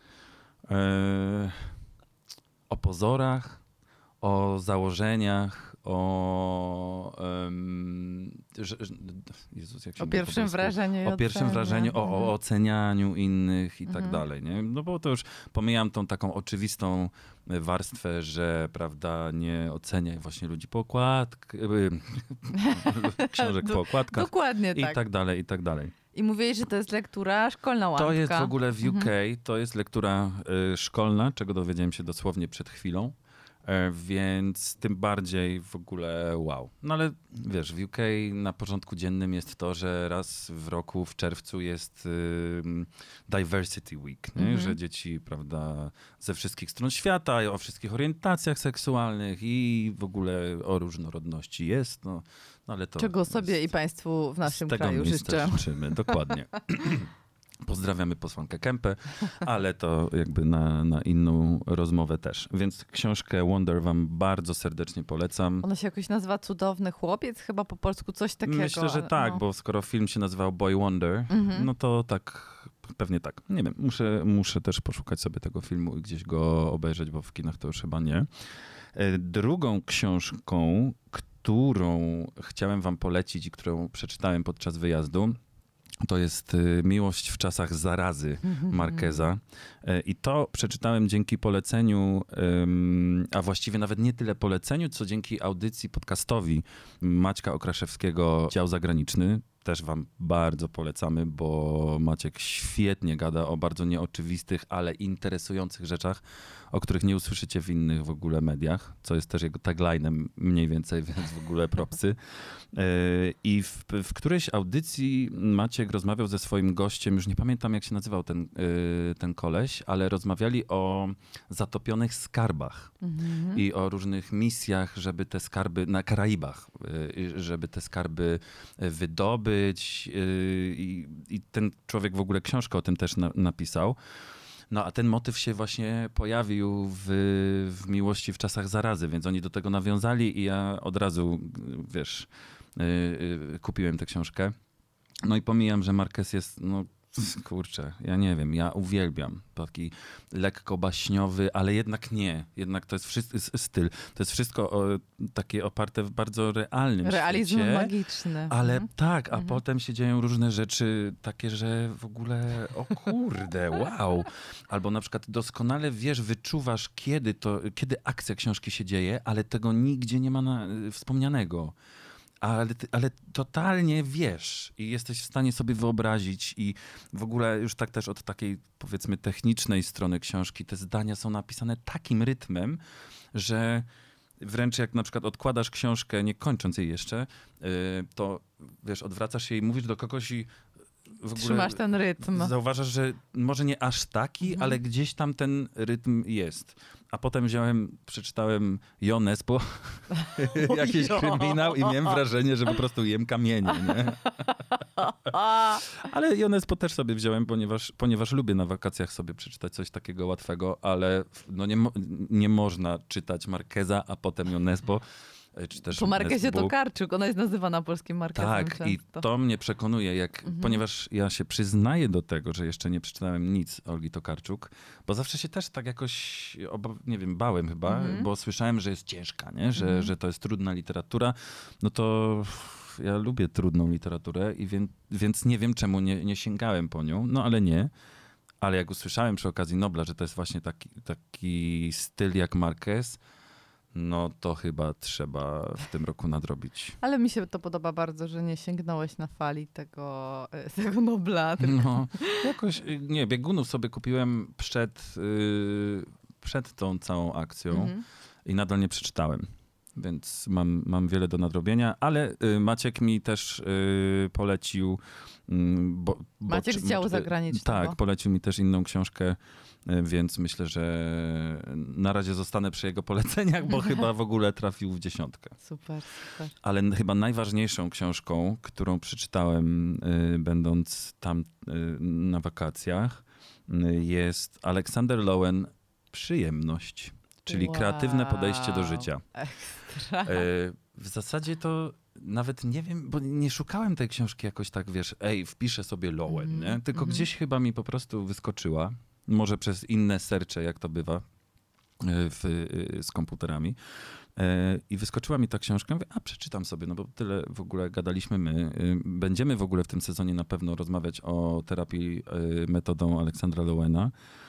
Speaker 2: E, o pozorach, o założeniach, o... Um, że, Jezus, jak się
Speaker 1: o pierwszym wrażeniu.
Speaker 2: O pierwszym wrażeniu, o, o ocenianiu innych i mhm. tak dalej, nie? No bo to już pomijam tą taką oczywistą warstwę, że prawda, nie oceniaj właśnie ludzi po okładkach, książek po okładkach.
Speaker 1: Dokładnie
Speaker 2: i
Speaker 1: tak.
Speaker 2: I tak dalej, i tak dalej.
Speaker 1: I mówiłeś, że to jest lektura szkolna łamka.
Speaker 2: To jest w ogóle w U K,
Speaker 1: mhm.
Speaker 2: to jest lektura y, szkolna, czego dowiedziałem się dosłownie przed chwilą, y, więc tym bardziej w ogóle wow. No ale wiesz, w U K na porządku dziennym jest to, że raz w roku, w czerwcu jest y, Diversity Week, nie? Mhm. Że dzieci, prawda, ze wszystkich stron świata, o wszystkich orientacjach seksualnych i w ogóle o różnorodności jest, no. No, ale to
Speaker 1: czego sobie i państwu w naszym kraju życzę.
Speaker 2: życzymy, dokładnie. Pozdrawiamy posłankę Kempę, ale to jakby na, na inną rozmowę też. Więc książkę Wonder wam bardzo serdecznie polecam.
Speaker 1: Ona się jakoś nazywa Cudowny Chłopiec, chyba po polsku coś takiego.
Speaker 2: Myślę, że tak, no. Bo skoro film się nazywał Boy Wonder, mhm. no to tak, pewnie tak. Nie wiem, muszę, muszę też poszukać sobie tego filmu i gdzieś go obejrzeć, bo w kinach to już chyba nie. Drugą książką, którą chciałem wam polecić i którą przeczytałem podczas wyjazdu, to jest Miłość w czasach zarazy Marqueza. I to przeczytałem dzięki poleceniu, a właściwie nawet nie tyle poleceniu, co dzięki audycji podcastowi Maćka Okraszewskiego, Dział Zagraniczny. Też wam bardzo polecamy, bo Maciek świetnie gada o bardzo nieoczywistych, ale interesujących rzeczach, o których nie usłyszycie w innych w ogóle mediach, co jest też jego taglinem mniej więcej, więc w ogóle propsy. I w, w którejś audycji Maciek rozmawiał ze swoim gościem, już nie pamiętam jak się nazywał ten, ten koleś, ale rozmawiali o zatopionych skarbach mhm. i o różnych misjach, żeby te skarby, na Karaibach, żeby te skarby wydobyć. I, i ten człowiek w ogóle książkę o tym też na, napisał. No a ten motyw się właśnie pojawił w, w Miłości w czasach zarazy, więc oni do tego nawiązali i ja od razu, wiesz, yy, yy, kupiłem tę książkę. No i pomijam, że Marquez jest, no kurczę, ja nie wiem, ja uwielbiam. Taki lekko baśniowy, ale jednak nie. Jednak to jest wszystko, styl. To jest wszystko o, takie oparte w bardzo realnym
Speaker 1: Realizm
Speaker 2: świecie.
Speaker 1: magiczny.
Speaker 2: Ale
Speaker 1: mhm.
Speaker 2: tak, a
Speaker 1: mhm.
Speaker 2: potem się dzieją różne rzeczy takie, że w ogóle o kurde, wow. Albo na przykład doskonale wiesz, wyczuwasz kiedy to, kiedy akcja książki się dzieje, ale tego nigdzie nie ma na, wspomnianego. Ale, ale totalnie wiesz i jesteś w stanie sobie wyobrazić i w ogóle już tak też od takiej powiedzmy technicznej strony książki te zdania są napisane takim rytmem, że wręcz jak na przykład odkładasz książkę, nie kończąc jej jeszcze, to wiesz, odwracasz się i mówisz do kogoś i w ogóle
Speaker 1: trzymasz ten rytm.
Speaker 2: Zauważasz, że może nie aż taki, mhm. ale gdzieś tam ten rytm jest. A potem wziąłem, przeczytałem Jonespo, jakiś
Speaker 1: Jo.
Speaker 2: kryminał i miałem wrażenie, że po prostu jem kamienie, nie? Ale Jonespo też sobie wziąłem, ponieważ, ponieważ lubię na wakacjach sobie przeczytać coś takiego łatwego, ale no nie, mo- nie można czytać Marqueza, a potem Jonespo. Czy też
Speaker 1: Po Marquezie
Speaker 2: Nesbo.
Speaker 1: Tokarczuk, ona jest nazywana polskim Marquezem
Speaker 2: Tak,
Speaker 1: często.
Speaker 2: i to mnie przekonuje, jak,
Speaker 1: Mhm.
Speaker 2: ponieważ ja się przyznaję do tego, że jeszcze nie przeczytałem nic Olgi Tokarczuk, bo zawsze się też tak jakoś, oba, nie wiem, bałem chyba,
Speaker 1: Mhm.
Speaker 2: bo słyszałem, że jest ciężka, nie? Że,
Speaker 1: Mhm.
Speaker 2: że to jest trudna literatura. No to ja lubię trudną literaturę i wie, więc nie wiem, czemu nie, nie sięgałem po nią, no ale nie. Ale jak usłyszałem przy okazji Nobla, że to jest właśnie taki, taki styl jak Marquez, no to chyba trzeba w tym roku nadrobić.
Speaker 1: Ale mi się to podoba bardzo, że nie sięgnąłeś na fali tego, e, tego Nobla. Tylko...
Speaker 2: No, jakoś, y, nie, biegunów sobie kupiłem przed, y, przed tą całą akcją
Speaker 1: Mhm.
Speaker 2: i nadal nie przeczytałem. Więc mam, mam wiele do nadrobienia, ale y, Maciek mi też y, polecił... mm, Bo, bo,
Speaker 1: Maciek z
Speaker 2: czy-
Speaker 1: działu
Speaker 2: y,
Speaker 1: zagranicznego.
Speaker 2: Tak, polecił mi też inną książkę, y, więc myślę, że na razie zostanę przy jego poleceniach, bo chyba w ogóle trafił w dziesiątkę.
Speaker 1: Super, super.
Speaker 2: Ale n- chyba najważniejszą książką, którą przeczytałem, y, będąc tam y, na wakacjach, y, jest Aleksander Lowen Przyjemność, czyli
Speaker 1: Wow.
Speaker 2: kreatywne podejście do życia.
Speaker 1: Ekstra.
Speaker 2: Y, w zasadzie to nawet nie wiem, bo nie szukałem tej książki jakoś tak, wiesz, ej, wpiszę sobie Lowen,
Speaker 1: Mhm,
Speaker 2: nie? Tylko
Speaker 1: mhm.
Speaker 2: gdzieś chyba mi po prostu wyskoczyła, może przez inne sercze, jak to bywa y, w, y, z komputerami. E, I wyskoczyła mi ta książka, mówię, a przeczytam sobie, no bo tyle w ogóle gadaliśmy my. Y, Będziemy w ogóle w tym sezonie na pewno rozmawiać o terapii y, metodą Aleksandra Lowena.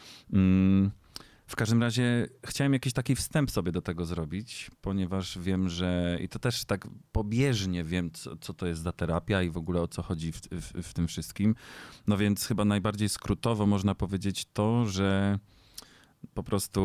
Speaker 2: Mm, W każdym razie chciałem jakiś taki wstęp sobie do tego zrobić, ponieważ wiem, że i to też tak pobieżnie wiem, co, co to jest za terapia i w ogóle o co chodzi w, w, w tym wszystkim. No więc chyba najbardziej skrótowo można powiedzieć to, że po prostu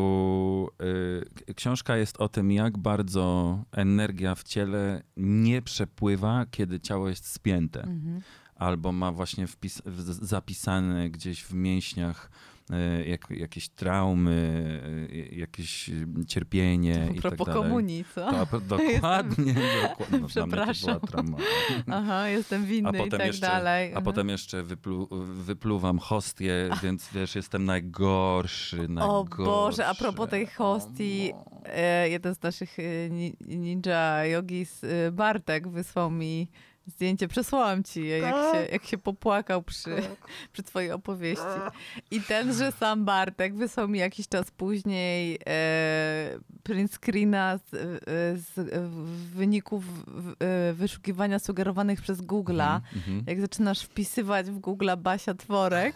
Speaker 2: y, książka jest o tym, jak bardzo energia w ciele nie przepływa, kiedy ciało jest spięte.
Speaker 1: Mhm.
Speaker 2: Albo ma właśnie wpis, w, zapisane gdzieś w mięśniach y, jak, jakieś traumy, y, jakieś cierpienie
Speaker 1: A
Speaker 2: i tak
Speaker 1: propos
Speaker 2: dalej.
Speaker 1: komunii, co?
Speaker 2: To, a- dokładnie, dokładnie. No, dla mnie to była
Speaker 1: Przepraszam.
Speaker 2: trauma.
Speaker 1: Aha, jestem winny
Speaker 2: A
Speaker 1: i
Speaker 2: potem,
Speaker 1: tak
Speaker 2: jeszcze,
Speaker 1: dalej.
Speaker 2: a
Speaker 1: Mhm.
Speaker 2: potem jeszcze wyplu, wypluwam hostię, więc wiesz, jestem najgorszy,
Speaker 1: O
Speaker 2: najgorszy.
Speaker 1: Boże, a propos tej hostii, e, jeden z naszych e, ni- ninja yogis, e, Bartek, wysłał mi zdjęcie, przesłałam ci je, jak się, jak się popłakał przy, przy twojej opowieści. I tenże sam Bartek wysłał mi jakiś czas później e, print screena z, e, z e, wyników w- e, wyszukiwania sugerowanych przez Google'a.
Speaker 2: Mhm, mhm.
Speaker 1: Jak zaczynasz wpisywać w Google'a Basia Tworek,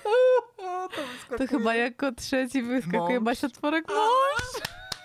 Speaker 1: to chyba jako trzeci wyskakuje
Speaker 2: Mąż.
Speaker 1: Basia Tworek. Mąż!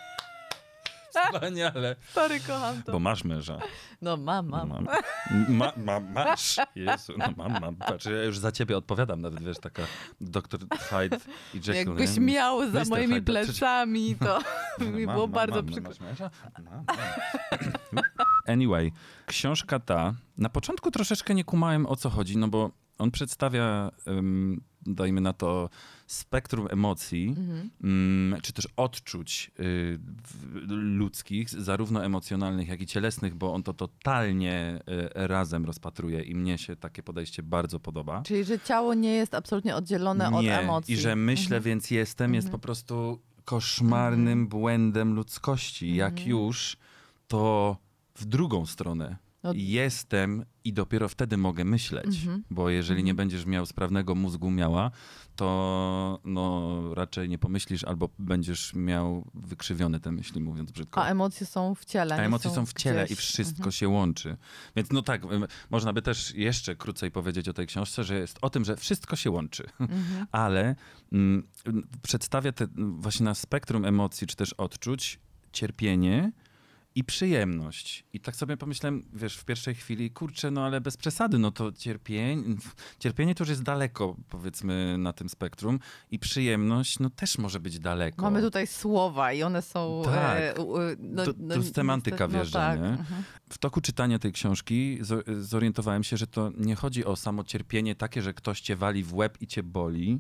Speaker 2: Wspaniale.
Speaker 1: Sorry, kocham to.
Speaker 2: Bo masz męża.
Speaker 1: No mam, mam.
Speaker 2: Mam. Ma, ma, masz. Jezu, no mam, mam. Patrz, ja już za ciebie odpowiadam nawet, wiesz, taka doktor Hyde i Jekyll.
Speaker 1: Jakbyś
Speaker 2: nie?
Speaker 1: miał za
Speaker 2: mister
Speaker 1: moimi
Speaker 2: Hyde,
Speaker 1: plecami, to
Speaker 2: No,
Speaker 1: mi
Speaker 2: mam,
Speaker 1: było
Speaker 2: mam,
Speaker 1: bardzo
Speaker 2: mam,
Speaker 1: przykro.
Speaker 2: masz męża? Mam, mam. Anyway, książka ta, na początku troszeczkę nie kumałem, o co chodzi, no bo on przedstawia, um, dajmy na to, spektrum emocji,
Speaker 1: Mhm.
Speaker 2: mm, czy też odczuć y, w- ludzkich, zarówno emocjonalnych, jak i cielesnych, bo on to totalnie y, razem rozpatruje i mnie się takie podejście bardzo podoba.
Speaker 1: Czyli, że ciało nie jest absolutnie oddzielone od
Speaker 2: Nie.
Speaker 1: emocji.
Speaker 2: I że myślę,
Speaker 1: Mhm.
Speaker 2: więc jestem, jest po
Speaker 1: Mhm.
Speaker 2: prostu koszmarnym błędem ludzkości. Jak
Speaker 1: Mhm.
Speaker 2: już, to w drugą stronę.
Speaker 1: No-
Speaker 2: Jestem i dopiero wtedy mogę myśleć.
Speaker 1: Mhm.
Speaker 2: Bo jeżeli nie
Speaker 1: Mhm.
Speaker 2: będziesz miał sprawnego mózgu miała, to no, raczej nie pomyślisz albo będziesz miał wykrzywione te myśli, mówiąc brzydko.
Speaker 1: A emocje są w ciele.
Speaker 2: A
Speaker 1: nie
Speaker 2: emocje są w ciele
Speaker 1: gdzieś.
Speaker 2: i wszystko
Speaker 1: Mhm.
Speaker 2: się łączy. Więc no tak, ym, można by też jeszcze krócej powiedzieć o tej książce, że jest o tym, że wszystko się łączy.
Speaker 1: Mhm.
Speaker 2: Ale mm, przedstawia te, właśnie na spektrum emocji, czy też odczuć, cierpienie i przyjemność. I tak sobie pomyślałem, wiesz, w pierwszej chwili, kurczę, no ale bez przesady, no to cierpienie, cierpienie to już jest daleko, powiedzmy, na tym spektrum i przyjemność, no też może być daleko.
Speaker 1: Mamy tutaj słowa i one są...
Speaker 2: Tak.
Speaker 1: E, u, e, no,
Speaker 2: To-
Speaker 1: no,
Speaker 2: to semantyka
Speaker 1: niestety,
Speaker 2: wjeżdża,
Speaker 1: no, tak.
Speaker 2: nie?
Speaker 1: Mhm.
Speaker 2: W toku czytania tej książki zo- zorientowałem się, że to nie chodzi o samo cierpienie takie, że ktoś cię wali w łeb i cię boli,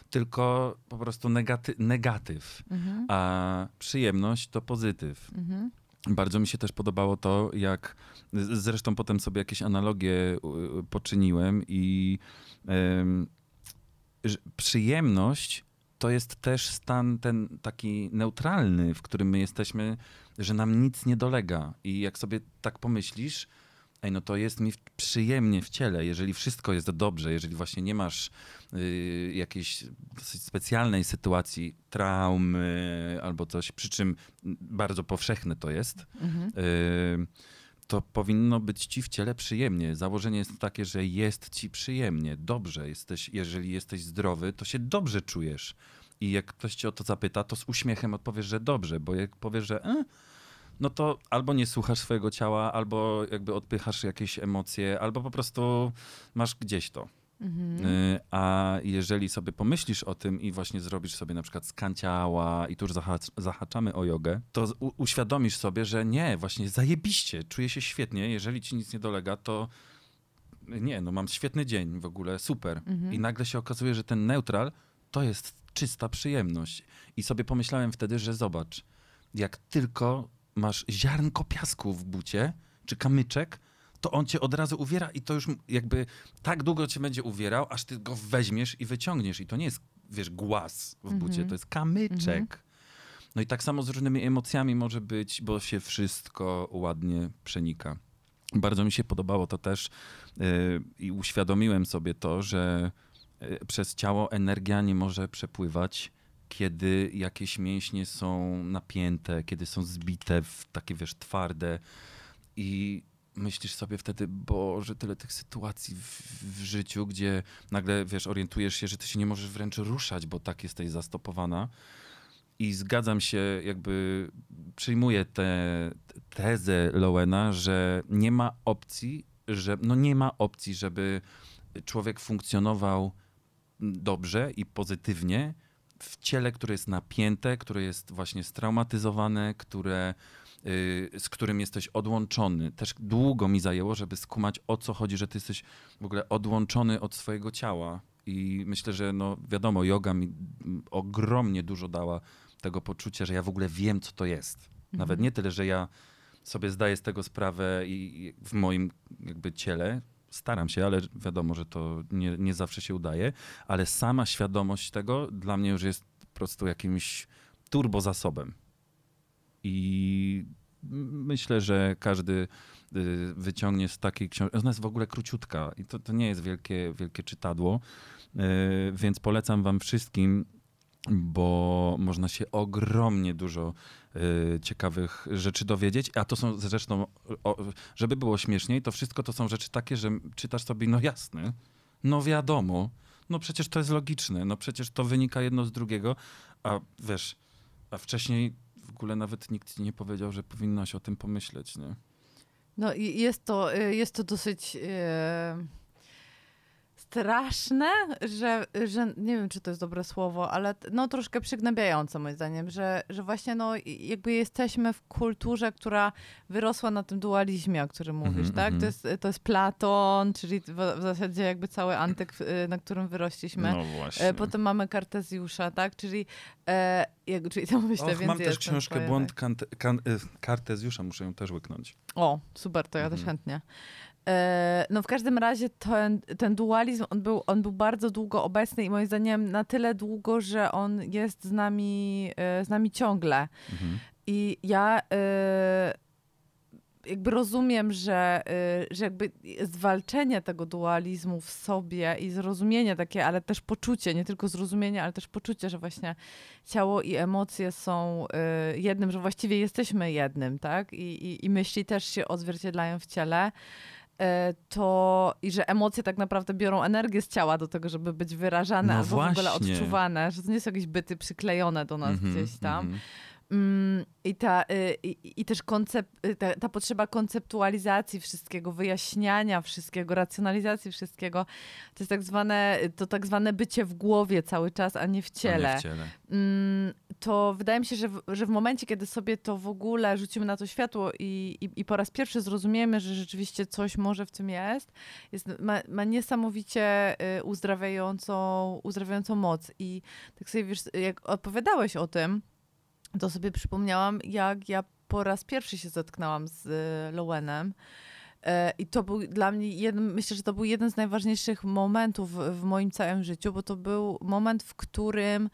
Speaker 2: tylko po prostu negaty- negatyw,
Speaker 1: Mhm.
Speaker 2: a przyjemność to pozytyw.
Speaker 1: Mhm.
Speaker 2: Bardzo mi się też podobało to, jak z- zresztą potem sobie jakieś analogie y, poczyniłem i ym, że przyjemność to jest też stan ten taki neutralny, w którym my jesteśmy, że nam nic nie dolega. I jak sobie tak pomyślisz, ej, no to jest mi w- przyjemnie w ciele, jeżeli wszystko jest dobrze, jeżeli właśnie nie masz y, jakiejś dosyć specjalnej sytuacji, traumy albo coś, przy czym bardzo powszechne to jest,
Speaker 1: Mhm.
Speaker 2: y, to powinno być ci w ciele przyjemnie. Założenie jest takie, że jest ci przyjemnie, dobrze jesteś, jeżeli jesteś zdrowy, to się dobrze czujesz. I jak ktoś cię o to zapyta, to z uśmiechem odpowiesz, że dobrze, bo jak powiesz, że e, no to albo nie słuchasz swojego ciała, albo jakby odpychasz jakieś emocje, albo po prostu masz gdzieś to.
Speaker 1: Mhm.
Speaker 2: Y, A jeżeli sobie pomyślisz o tym i właśnie zrobisz sobie na przykład skan ciała i tu już zahac- zahaczamy o jogę, to z- u- uświadomisz sobie, że nie, właśnie zajebiście, czuję się świetnie, jeżeli ci nic nie dolega, to nie, no mam świetny dzień w ogóle, super.
Speaker 1: Mhm.
Speaker 2: I nagle się okazuje, że ten neutral to jest czysta przyjemność. I sobie pomyślałem wtedy, że zobacz, jak tylko masz ziarnko piasku w bucie, czy kamyczek, to on cię od razu uwiera i to już jakby tak długo cię będzie uwierał, aż ty go weźmiesz i wyciągniesz. I to nie jest, wiesz, głaz w bucie,
Speaker 1: Mhm.
Speaker 2: to jest kamyczek.
Speaker 1: Mhm.
Speaker 2: No i tak samo z różnymi emocjami może być, bo się wszystko ładnie przenika. Bardzo mi się podobało to też yy, i uświadomiłem sobie to, że yy, przez ciało energia nie może przepływać, kiedy jakieś mięśnie są napięte, kiedy są zbite w takie, wiesz, twarde i myślisz sobie wtedy, Boże, tyle tych sytuacji w, w życiu, gdzie nagle, wiesz, orientujesz się, że ty się nie możesz wręcz ruszać, bo tak jesteś zastopowana. I zgadzam się, jakby przyjmuję tę tezę Lowena, że nie ma opcji, że no nie ma opcji, żeby człowiek funkcjonował dobrze i pozytywnie w ciele, które jest napięte, które jest właśnie straumatyzowane, które, yy, z którym jesteś odłączony. Też długo mi zajęło, żeby skumać, o co chodzi, że ty jesteś w ogóle odłączony od swojego ciała. I myślę, że no wiadomo, joga mi mm, ogromnie dużo dała tego poczucia, że ja w ogóle wiem, co to jest. Nawet
Speaker 1: Mhm.
Speaker 2: nie tyle, że ja sobie zdaję z tego sprawę i i w moim jakby ciele staram się, ale wiadomo, że to nie, nie zawsze się udaje, ale sama świadomość tego dla mnie już jest po prostu jakimś turbo zasobem. I myślę, że każdy y, wyciągnie z takiej książki. Ona jest w ogóle króciutka i to, to nie jest wielkie, wielkie czytadło, y, więc polecam wam wszystkim, bo można się ogromnie dużo y, ciekawych rzeczy dowiedzieć, a to są zresztą, o, żeby było śmieszniej, to wszystko to są rzeczy takie, że czytasz sobie, no jasne, no wiadomo, no przecież to jest logiczne, no przecież to wynika jedno z drugiego, a wiesz, a wcześniej w ogóle nawet nikt ci nie powiedział, że powinnaś o tym pomyśleć, nie?
Speaker 1: No i jest to, y, jest to dosyć e, straszne, że, że nie wiem, czy to jest dobre słowo, ale t- no troszkę przygnębiające moim zdaniem, że, że właśnie no i- jakby jesteśmy w kulturze, która wyrosła na tym dualizmie, o którym mówisz,
Speaker 2: Mhm,
Speaker 1: tak?
Speaker 2: mhm.
Speaker 1: To jest, to jest Platon, czyli w, w zasadzie jakby cały antyk, y, na którym wyrośliśmy.
Speaker 2: No właśnie.
Speaker 1: E, Potem mamy Kartezjusza, tak? Czyli, e, jak, czyli to myślę,
Speaker 2: Och,
Speaker 1: więc
Speaker 2: mam też
Speaker 1: jestem
Speaker 2: książkę
Speaker 1: twoja,
Speaker 2: Błąd
Speaker 1: tak.
Speaker 2: Kant, kan, y, Kartezjusza, muszę ją też łyknąć.
Speaker 1: O, super, to ja
Speaker 2: Mhm.
Speaker 1: też chętnie. E, no w każdym razie ten, ten dualizm, on był, on był bardzo długo obecny i moim zdaniem na tyle długo, że on jest z nami, e, z nami ciągle.
Speaker 2: Mhm.
Speaker 1: I ja e, jakby rozumiem, że, e, że jakby zwalczenie tego dualizmu w sobie i zrozumienie takie, ale też poczucie, nie tylko zrozumienie, ale też poczucie, że właśnie ciało i emocje są e, jednym, że właściwie jesteśmy jednym, tak? I, i, i myśli też się odzwierciedlają w ciele. e, To i że emocje tak naprawdę biorą energię z ciała do tego, żeby być wyrażane
Speaker 2: No
Speaker 1: albo w ogóle
Speaker 2: właśnie.
Speaker 1: odczuwane, że to nie są jakieś byty przyklejone do nas
Speaker 2: Mhm,
Speaker 1: gdzieś tam.
Speaker 2: mhm.
Speaker 1: Mm, I, ta, y, i, I też koncept, y, ta, ta potrzeba konceptualizacji wszystkiego, wyjaśniania wszystkiego, racjonalizacji wszystkiego, to jest tak zwane, to tak zwane bycie w głowie cały czas, a nie w
Speaker 2: A
Speaker 1: ciele.
Speaker 2: nie w ciele.
Speaker 1: Mm, to wydaje mi się, że w, że w momencie, kiedy sobie to w ogóle rzucimy na to światło i, i, i po raz pierwszy zrozumiemy, że rzeczywiście coś może w tym jest, jest ma, ma niesamowicie y, uzdrawiającą, uzdrawiającą moc. I tak sobie, wiesz, jak opowiadałeś o tym, to sobie przypomniałam, jak ja po raz pierwszy się zetknęłam z y, Lowenem. I to był dla mnie, jeden, myślę, że to był jeden z najważniejszych momentów w moim całym życiu, bo to był moment, w którym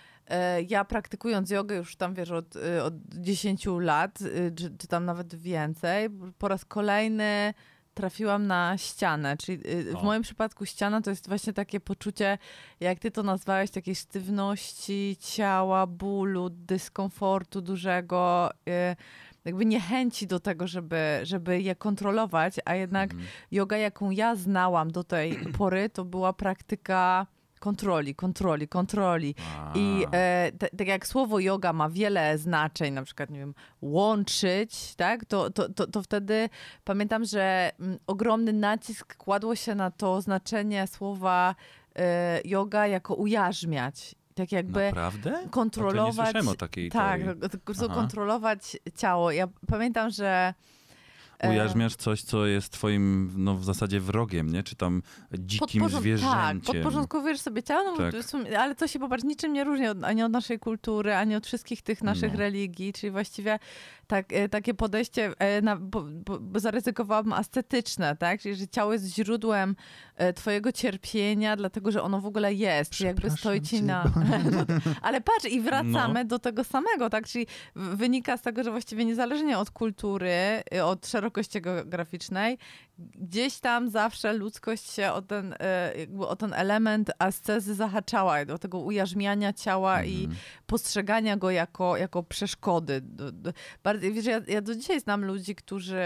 Speaker 1: ja praktykując jogę już tam, wiesz, od, od dziesięciu lat, czy, czy tam nawet więcej, po raz kolejny trafiłam na ścianę, czyli w o. moim przypadku ściana to jest właśnie takie poczucie, jak ty to nazwałeś, takiej sztywności ciała, bólu, dyskomfortu dużego, jakby niechęci do tego, żeby, żeby je kontrolować, a jednak mm. joga, jaką ja znałam do tej pory, to była praktyka kontroli, kontroli, kontroli. A. I e, t- tak jak słowo yoga ma wiele znaczeń, na przykład, nie wiem, łączyć, tak, to, to, to, to wtedy pamiętam, że m, ogromny nacisk kładło się na to znaczenie słowa e, yoga jako ujarzmiać. Tak jakby
Speaker 2: Naprawdę?
Speaker 1: kontrolować.
Speaker 2: Nie słyszałem o takiej
Speaker 1: tak,
Speaker 2: teorii.
Speaker 1: kontrolować ciało. Ja pamiętam, że
Speaker 2: ujarzmiasz coś, co jest twoim, no w zasadzie wrogiem, nie? Czy tam dzikim
Speaker 1: Podporząd-
Speaker 2: zwierzęciem.
Speaker 1: Tak, podporządkujesz sobie ciało, no,
Speaker 2: tak.
Speaker 1: ale to się, popatrz, niczym nie różni od, ani od naszej kultury, ani od wszystkich tych naszych no. religii, czyli właściwie tak, takie podejście, na, bo, bo, bo zaryzykowałabym ascetyczne, tak? Czyli, że ciało jest źródłem twojego cierpienia, dlatego, że ono w ogóle jest. Jakby stoi ci na... Ale patrz, i wracamy no. do tego samego, tak? Czyli wynika z tego, że właściwie niezależnie od kultury, od szerokości geograficznej, gdzieś tam zawsze ludzkość się o ten, jakby o ten element ascezy zahaczała, do tego ujarzmiania ciała mm. i postrzegania go jako, jako przeszkody. Bardzo, wiesz, ja, ja do dzisiaj znam ludzi, którzy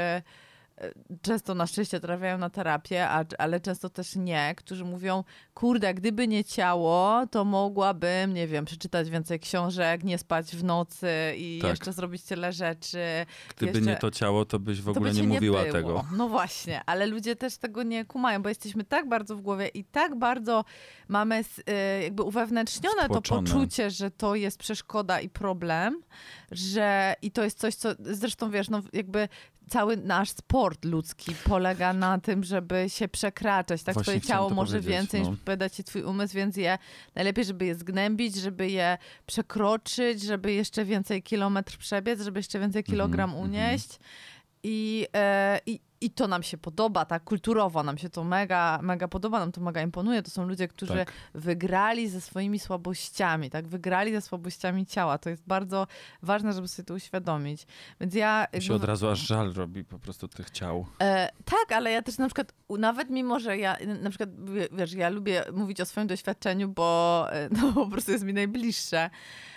Speaker 1: często na szczęście trafiają na terapię, a, ale często też nie, którzy mówią, kurde, gdyby nie ciało, to mogłabym, nie wiem, przeczytać więcej książek, nie spać w nocy i tak. jeszcze zrobić tyle rzeczy.
Speaker 2: Gdyby
Speaker 1: jeszcze...
Speaker 2: nie to ciało, to byś w ogóle by nie mówiła
Speaker 1: nie
Speaker 2: tego.
Speaker 1: No właśnie, ale ludzie też tego nie kumają, bo jesteśmy tak bardzo w głowie i tak bardzo mamy jakby uwewnętrznione Stłoczone. to poczucie, że to jest przeszkoda i problem, że i to jest coś, co zresztą wiesz, no jakby cały nasz sport ludzki polega na tym, żeby się przekraczać. Tak,
Speaker 2: Właśnie
Speaker 1: twoje ciało może więcej
Speaker 2: no.
Speaker 1: niż poda ci twój umysł, więc je najlepiej, żeby je zgnębić, żeby je przekroczyć, żeby jeszcze więcej kilometr przebiec, żeby jeszcze więcej kilogram mm-hmm, unieść. Mm-hmm. I, e, i, I to nam się podoba, tak, kulturowo nam się to mega, mega podoba, nam to mega imponuje. To są ludzie, którzy tak. wygrali ze swoimi słabościami, tak, wygrali ze słabościami ciała. To jest bardzo ważne, żeby sobie to uświadomić. Więc ja...
Speaker 2: Mi się od razu aż żal robi po prostu tych ciał.
Speaker 1: E, tak, ale ja też na przykład, nawet mimo, że ja na przykład, wiesz, ja lubię mówić o swoim doświadczeniu, bo no, po prostu jest mi najbliższe.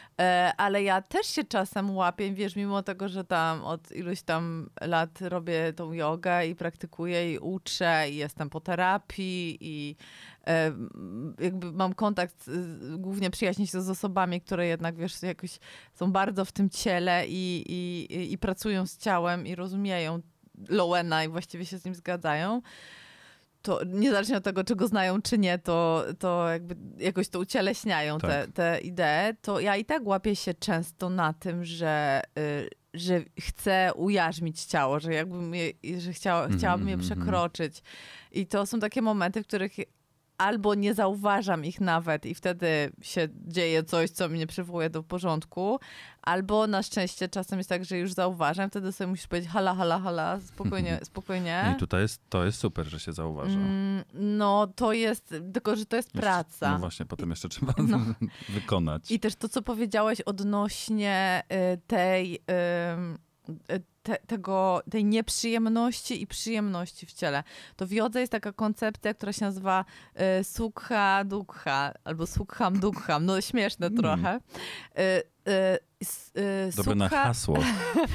Speaker 1: Ale ja też się czasem łapię, wiesz, mimo tego, że tam od iluś tam lat robię tą jogę i praktykuję i uczę i jestem po terapii i e, jakby mam kontakt, głównie przyjaźnię się z osobami, które jednak, wiesz, jakoś są bardzo w tym ciele i, i, i pracują z ciałem i rozumieją Lowena i właściwie się z nim zgadzają. To niezależnie od tego, czy go znają, czy nie, to, to jakby jakoś to ucieleśniają tak. te, te idee, to ja i tak łapię się często na tym, że, y, że chcę ujarzmić ciało, że jakbym je, że chciała, mm-hmm, chciałabym je przekroczyć. Mm-hmm. I to są takie momenty, w których albo nie zauważam ich nawet i wtedy się dzieje coś, co mnie przywołuje do porządku, albo na szczęście czasem jest tak, że już zauważam, wtedy sobie musisz powiedzieć hala, hala, hala, spokojnie, spokojnie.
Speaker 2: I tutaj jest, to jest super, że się zauważa. Mm,
Speaker 1: no to jest, tylko że to jest
Speaker 2: jeszcze,
Speaker 1: praca.
Speaker 2: No właśnie, potem jeszcze trzeba no. wykonać.
Speaker 1: I też to, co powiedziałeś odnośnie y, tej... Y, Te, tego, tej nieprzyjemności i przyjemności w ciele. To w jodze jest taka koncepcja, która się nazywa y, sukha dukha albo sukham dukham. No śmieszne mm. trochę. Y, y, y,
Speaker 2: Dobre na hasło.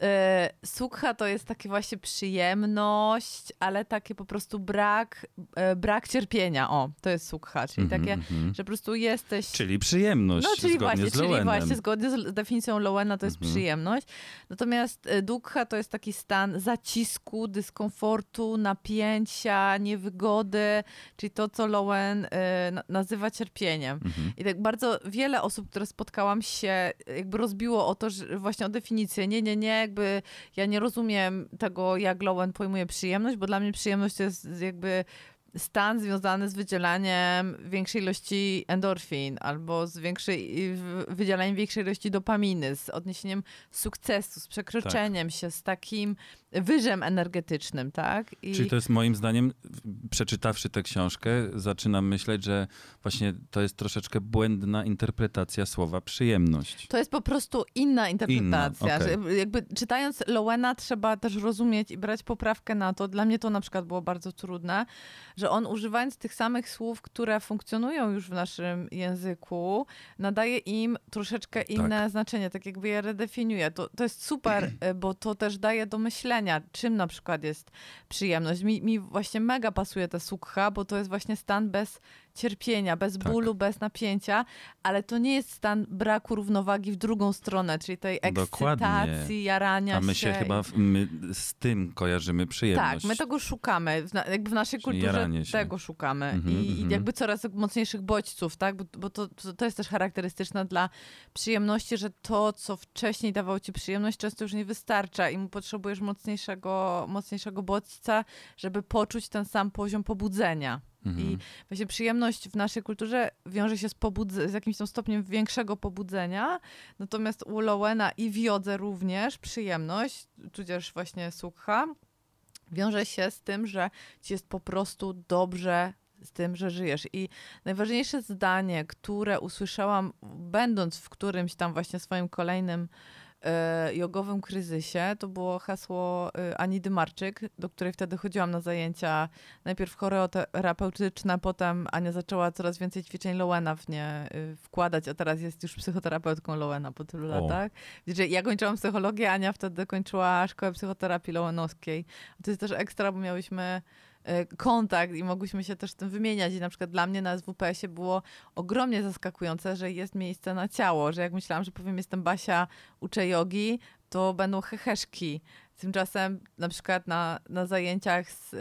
Speaker 1: y, sukha to jest takie właśnie przyjemność, ale takie po prostu brak, y, brak cierpienia. O, to jest sukha, czyli
Speaker 2: Mhm,
Speaker 1: takie,
Speaker 2: mhm.
Speaker 1: że po prostu jesteś...
Speaker 2: Czyli przyjemność,
Speaker 1: No, czyli
Speaker 2: zgodnie
Speaker 1: właśnie,
Speaker 2: z
Speaker 1: czyli
Speaker 2: Lowenem.
Speaker 1: właśnie zgodnie z definicją Lowena to jest
Speaker 2: Mhm.
Speaker 1: przyjemność. Natomiast y, dukkha to jest taki stan zacisku, dyskomfortu, napięcia, niewygody, czyli to, co Lowen y, na- nazywa cierpieniem.
Speaker 2: Mhm.
Speaker 1: I tak bardzo wiele osób, które spotkałam się, jakby rozbiło o to, że właśnie o definicję. Nie, nie, nie, jakby ja nie rozumiem tego, jak Lowen pojmuje przyjemność, bo dla mnie przyjemność to jest jakby stan związany z wydzielaniem większej ilości endorfin albo z większej, w- wydzielaniem większej ilości dopaminy, z odniesieniem sukcesu, z przekroczeniem się, z takim wyżem energetycznym, tak? I
Speaker 2: Czyli to jest moim zdaniem, w- przeczytawszy tę książkę, zaczynam myśleć, że właśnie to jest troszeczkę błędna interpretacja słowa przyjemność.
Speaker 1: to jest po prostu inna interpretacja.
Speaker 2: Inna,
Speaker 1: że jakby czytając Lowena trzeba też rozumieć i brać poprawkę na to. Dla mnie to na przykład było bardzo trudne, że on używając tych samych słów, które funkcjonują już w naszym języku, nadaje im troszeczkę inne znaczenie, tak jakby je redefiniuje. To, to jest super, y, bo to też daje do myślenia, czym na przykład jest przyjemność. Mi, mi właśnie mega pasuje ta sukha, bo to jest właśnie stan bez cierpienia, bez
Speaker 2: Tak.
Speaker 1: bólu, bez napięcia, ale to nie jest stan braku równowagi w drugą stronę, czyli tej
Speaker 2: Dokładnie.
Speaker 1: ekscytacji, jarania
Speaker 2: A my się
Speaker 1: się.
Speaker 2: chyba w, my z tym kojarzymy przyjemność.
Speaker 1: Tak, my tego szukamy. W, na, jakby w naszej
Speaker 2: Czyli
Speaker 1: kulturze
Speaker 2: jaranie się.
Speaker 1: tego szukamy.
Speaker 2: Mhm,
Speaker 1: I,
Speaker 2: mhm.
Speaker 1: I jakby coraz mocniejszych bodźców, tak? Bo, bo to, to, to jest też charakterystyczne dla przyjemności, że to, co wcześniej dawało ci przyjemność, często już nie wystarcza i mu potrzebujesz mocniejszego, mocniejszego bodźca, żeby poczuć ten sam poziom pobudzenia.
Speaker 2: Mhm.
Speaker 1: I właśnie przyjemność w naszej kulturze wiąże się z, pobudz- z jakimś tam stopniem większego pobudzenia, natomiast u Lowena i w jodze również przyjemność, tudzież właśnie sukha, wiąże się z tym, że ci jest po prostu dobrze z tym, że żyjesz. I najważniejsze zdanie, które usłyszałam, będąc w którymś tam właśnie swoim kolejnym e, jogowym kryzysie, to było hasło e, Ani Dymarczyk, do której wtedy chodziłam na zajęcia najpierw choreoterapeutyczne, potem Ania zaczęła coraz więcej ćwiczeń Lowena w nie e, wkładać, a teraz jest już psychoterapeutką Lowena po tylu
Speaker 2: O.
Speaker 1: latach. Że ja kończyłam psychologię, Ania wtedy kończyła szkołę psychoterapii lowenowskiej. To jest też ekstra, bo miałyśmy e, kontakt i mogłyśmy się też tym wymieniać. I na przykład dla mnie na S W P S-ie było ogromnie zaskakujące, że jest miejsce na ciało, że jak myślałam, że powiem jestem Basia, uczę jogi, to będą heheszki. Tymczasem na przykład na, na zajęciach z, e,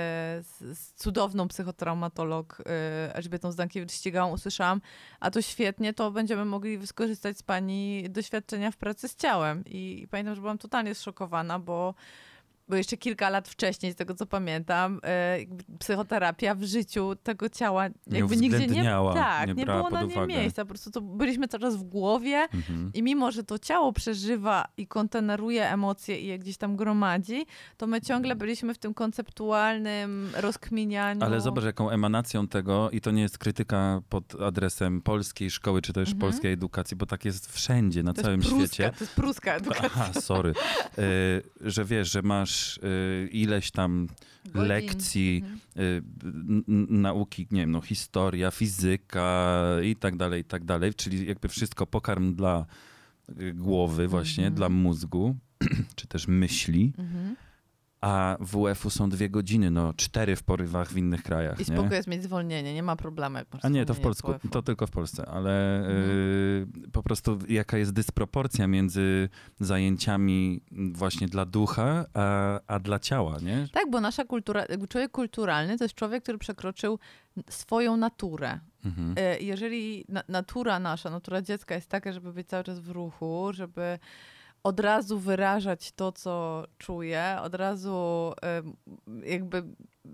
Speaker 1: z, z cudowną psychotraumatolog e, Elżbietą Zdankiewicz-Ścigałą usłyszałam, a to świetnie, to będziemy mogli skorzystać z pani doświadczenia w pracy z ciałem. I, i pamiętam, że byłam totalnie zszokowana, bo bo jeszcze kilka lat wcześniej, z tego co pamiętam, e, jakby psychoterapia w życiu tego ciała jakby nigdzie nie,
Speaker 2: uwzględniała,
Speaker 1: tak,
Speaker 2: nie
Speaker 1: nie,
Speaker 2: brała
Speaker 1: było
Speaker 2: pod
Speaker 1: na nie
Speaker 2: uwagę.
Speaker 1: miejsca. Po prostu to byliśmy coraz w głowie
Speaker 2: Mhm.
Speaker 1: i mimo, że to ciało przeżywa i konteneruje emocje i je gdzieś tam gromadzi, to my ciągle byliśmy w tym konceptualnym rozkminianiu.
Speaker 2: Ale zobacz, jaką emanacją tego, i to nie jest krytyka pod adresem polskiej szkoły, czy też
Speaker 1: Mhm.
Speaker 2: polskiej edukacji, bo tak jest wszędzie, na
Speaker 1: to
Speaker 2: całym
Speaker 1: jest pruska,
Speaker 2: świecie.
Speaker 1: To jest pruska edukacja.
Speaker 2: Aha, sorry. Y, że wiesz, że masz y, ileś tam
Speaker 1: Godzin.
Speaker 2: lekcji,
Speaker 1: Mhm.
Speaker 2: y, n- n- nauki, nie wiem, no, historia, fizyka i tak dalej, i tak dalej, czyli jakby wszystko pokarm dla y, głowy właśnie,
Speaker 1: Mhm.
Speaker 2: dla mózgu, czy też myśli,
Speaker 1: Mhm.
Speaker 2: a W F-u są dwie godziny, no cztery w porywach w innych krajach,
Speaker 1: I
Speaker 2: nie?
Speaker 1: spoko jest mieć zwolnienie, nie ma problemu. Jak masz
Speaker 2: A nie, to w
Speaker 1: zwolnienie
Speaker 2: Polsku,
Speaker 1: z W F-u.
Speaker 2: to tylko w Polsce, ale
Speaker 1: Mhm.
Speaker 2: y, po prostu jaka jest dysproporcja między zajęciami właśnie dla ducha, a, a dla ciała, nie?
Speaker 1: Tak, bo nasza kultura, jakby człowiek kulturalny to jest człowiek, który przekroczył swoją naturę.
Speaker 2: Mhm.
Speaker 1: E, Jeżeli na, natura nasza, natura dziecka jest taka, żeby być cały czas w ruchu, żeby od razu wyrażać to, co czuje, od razu em, jakby, e,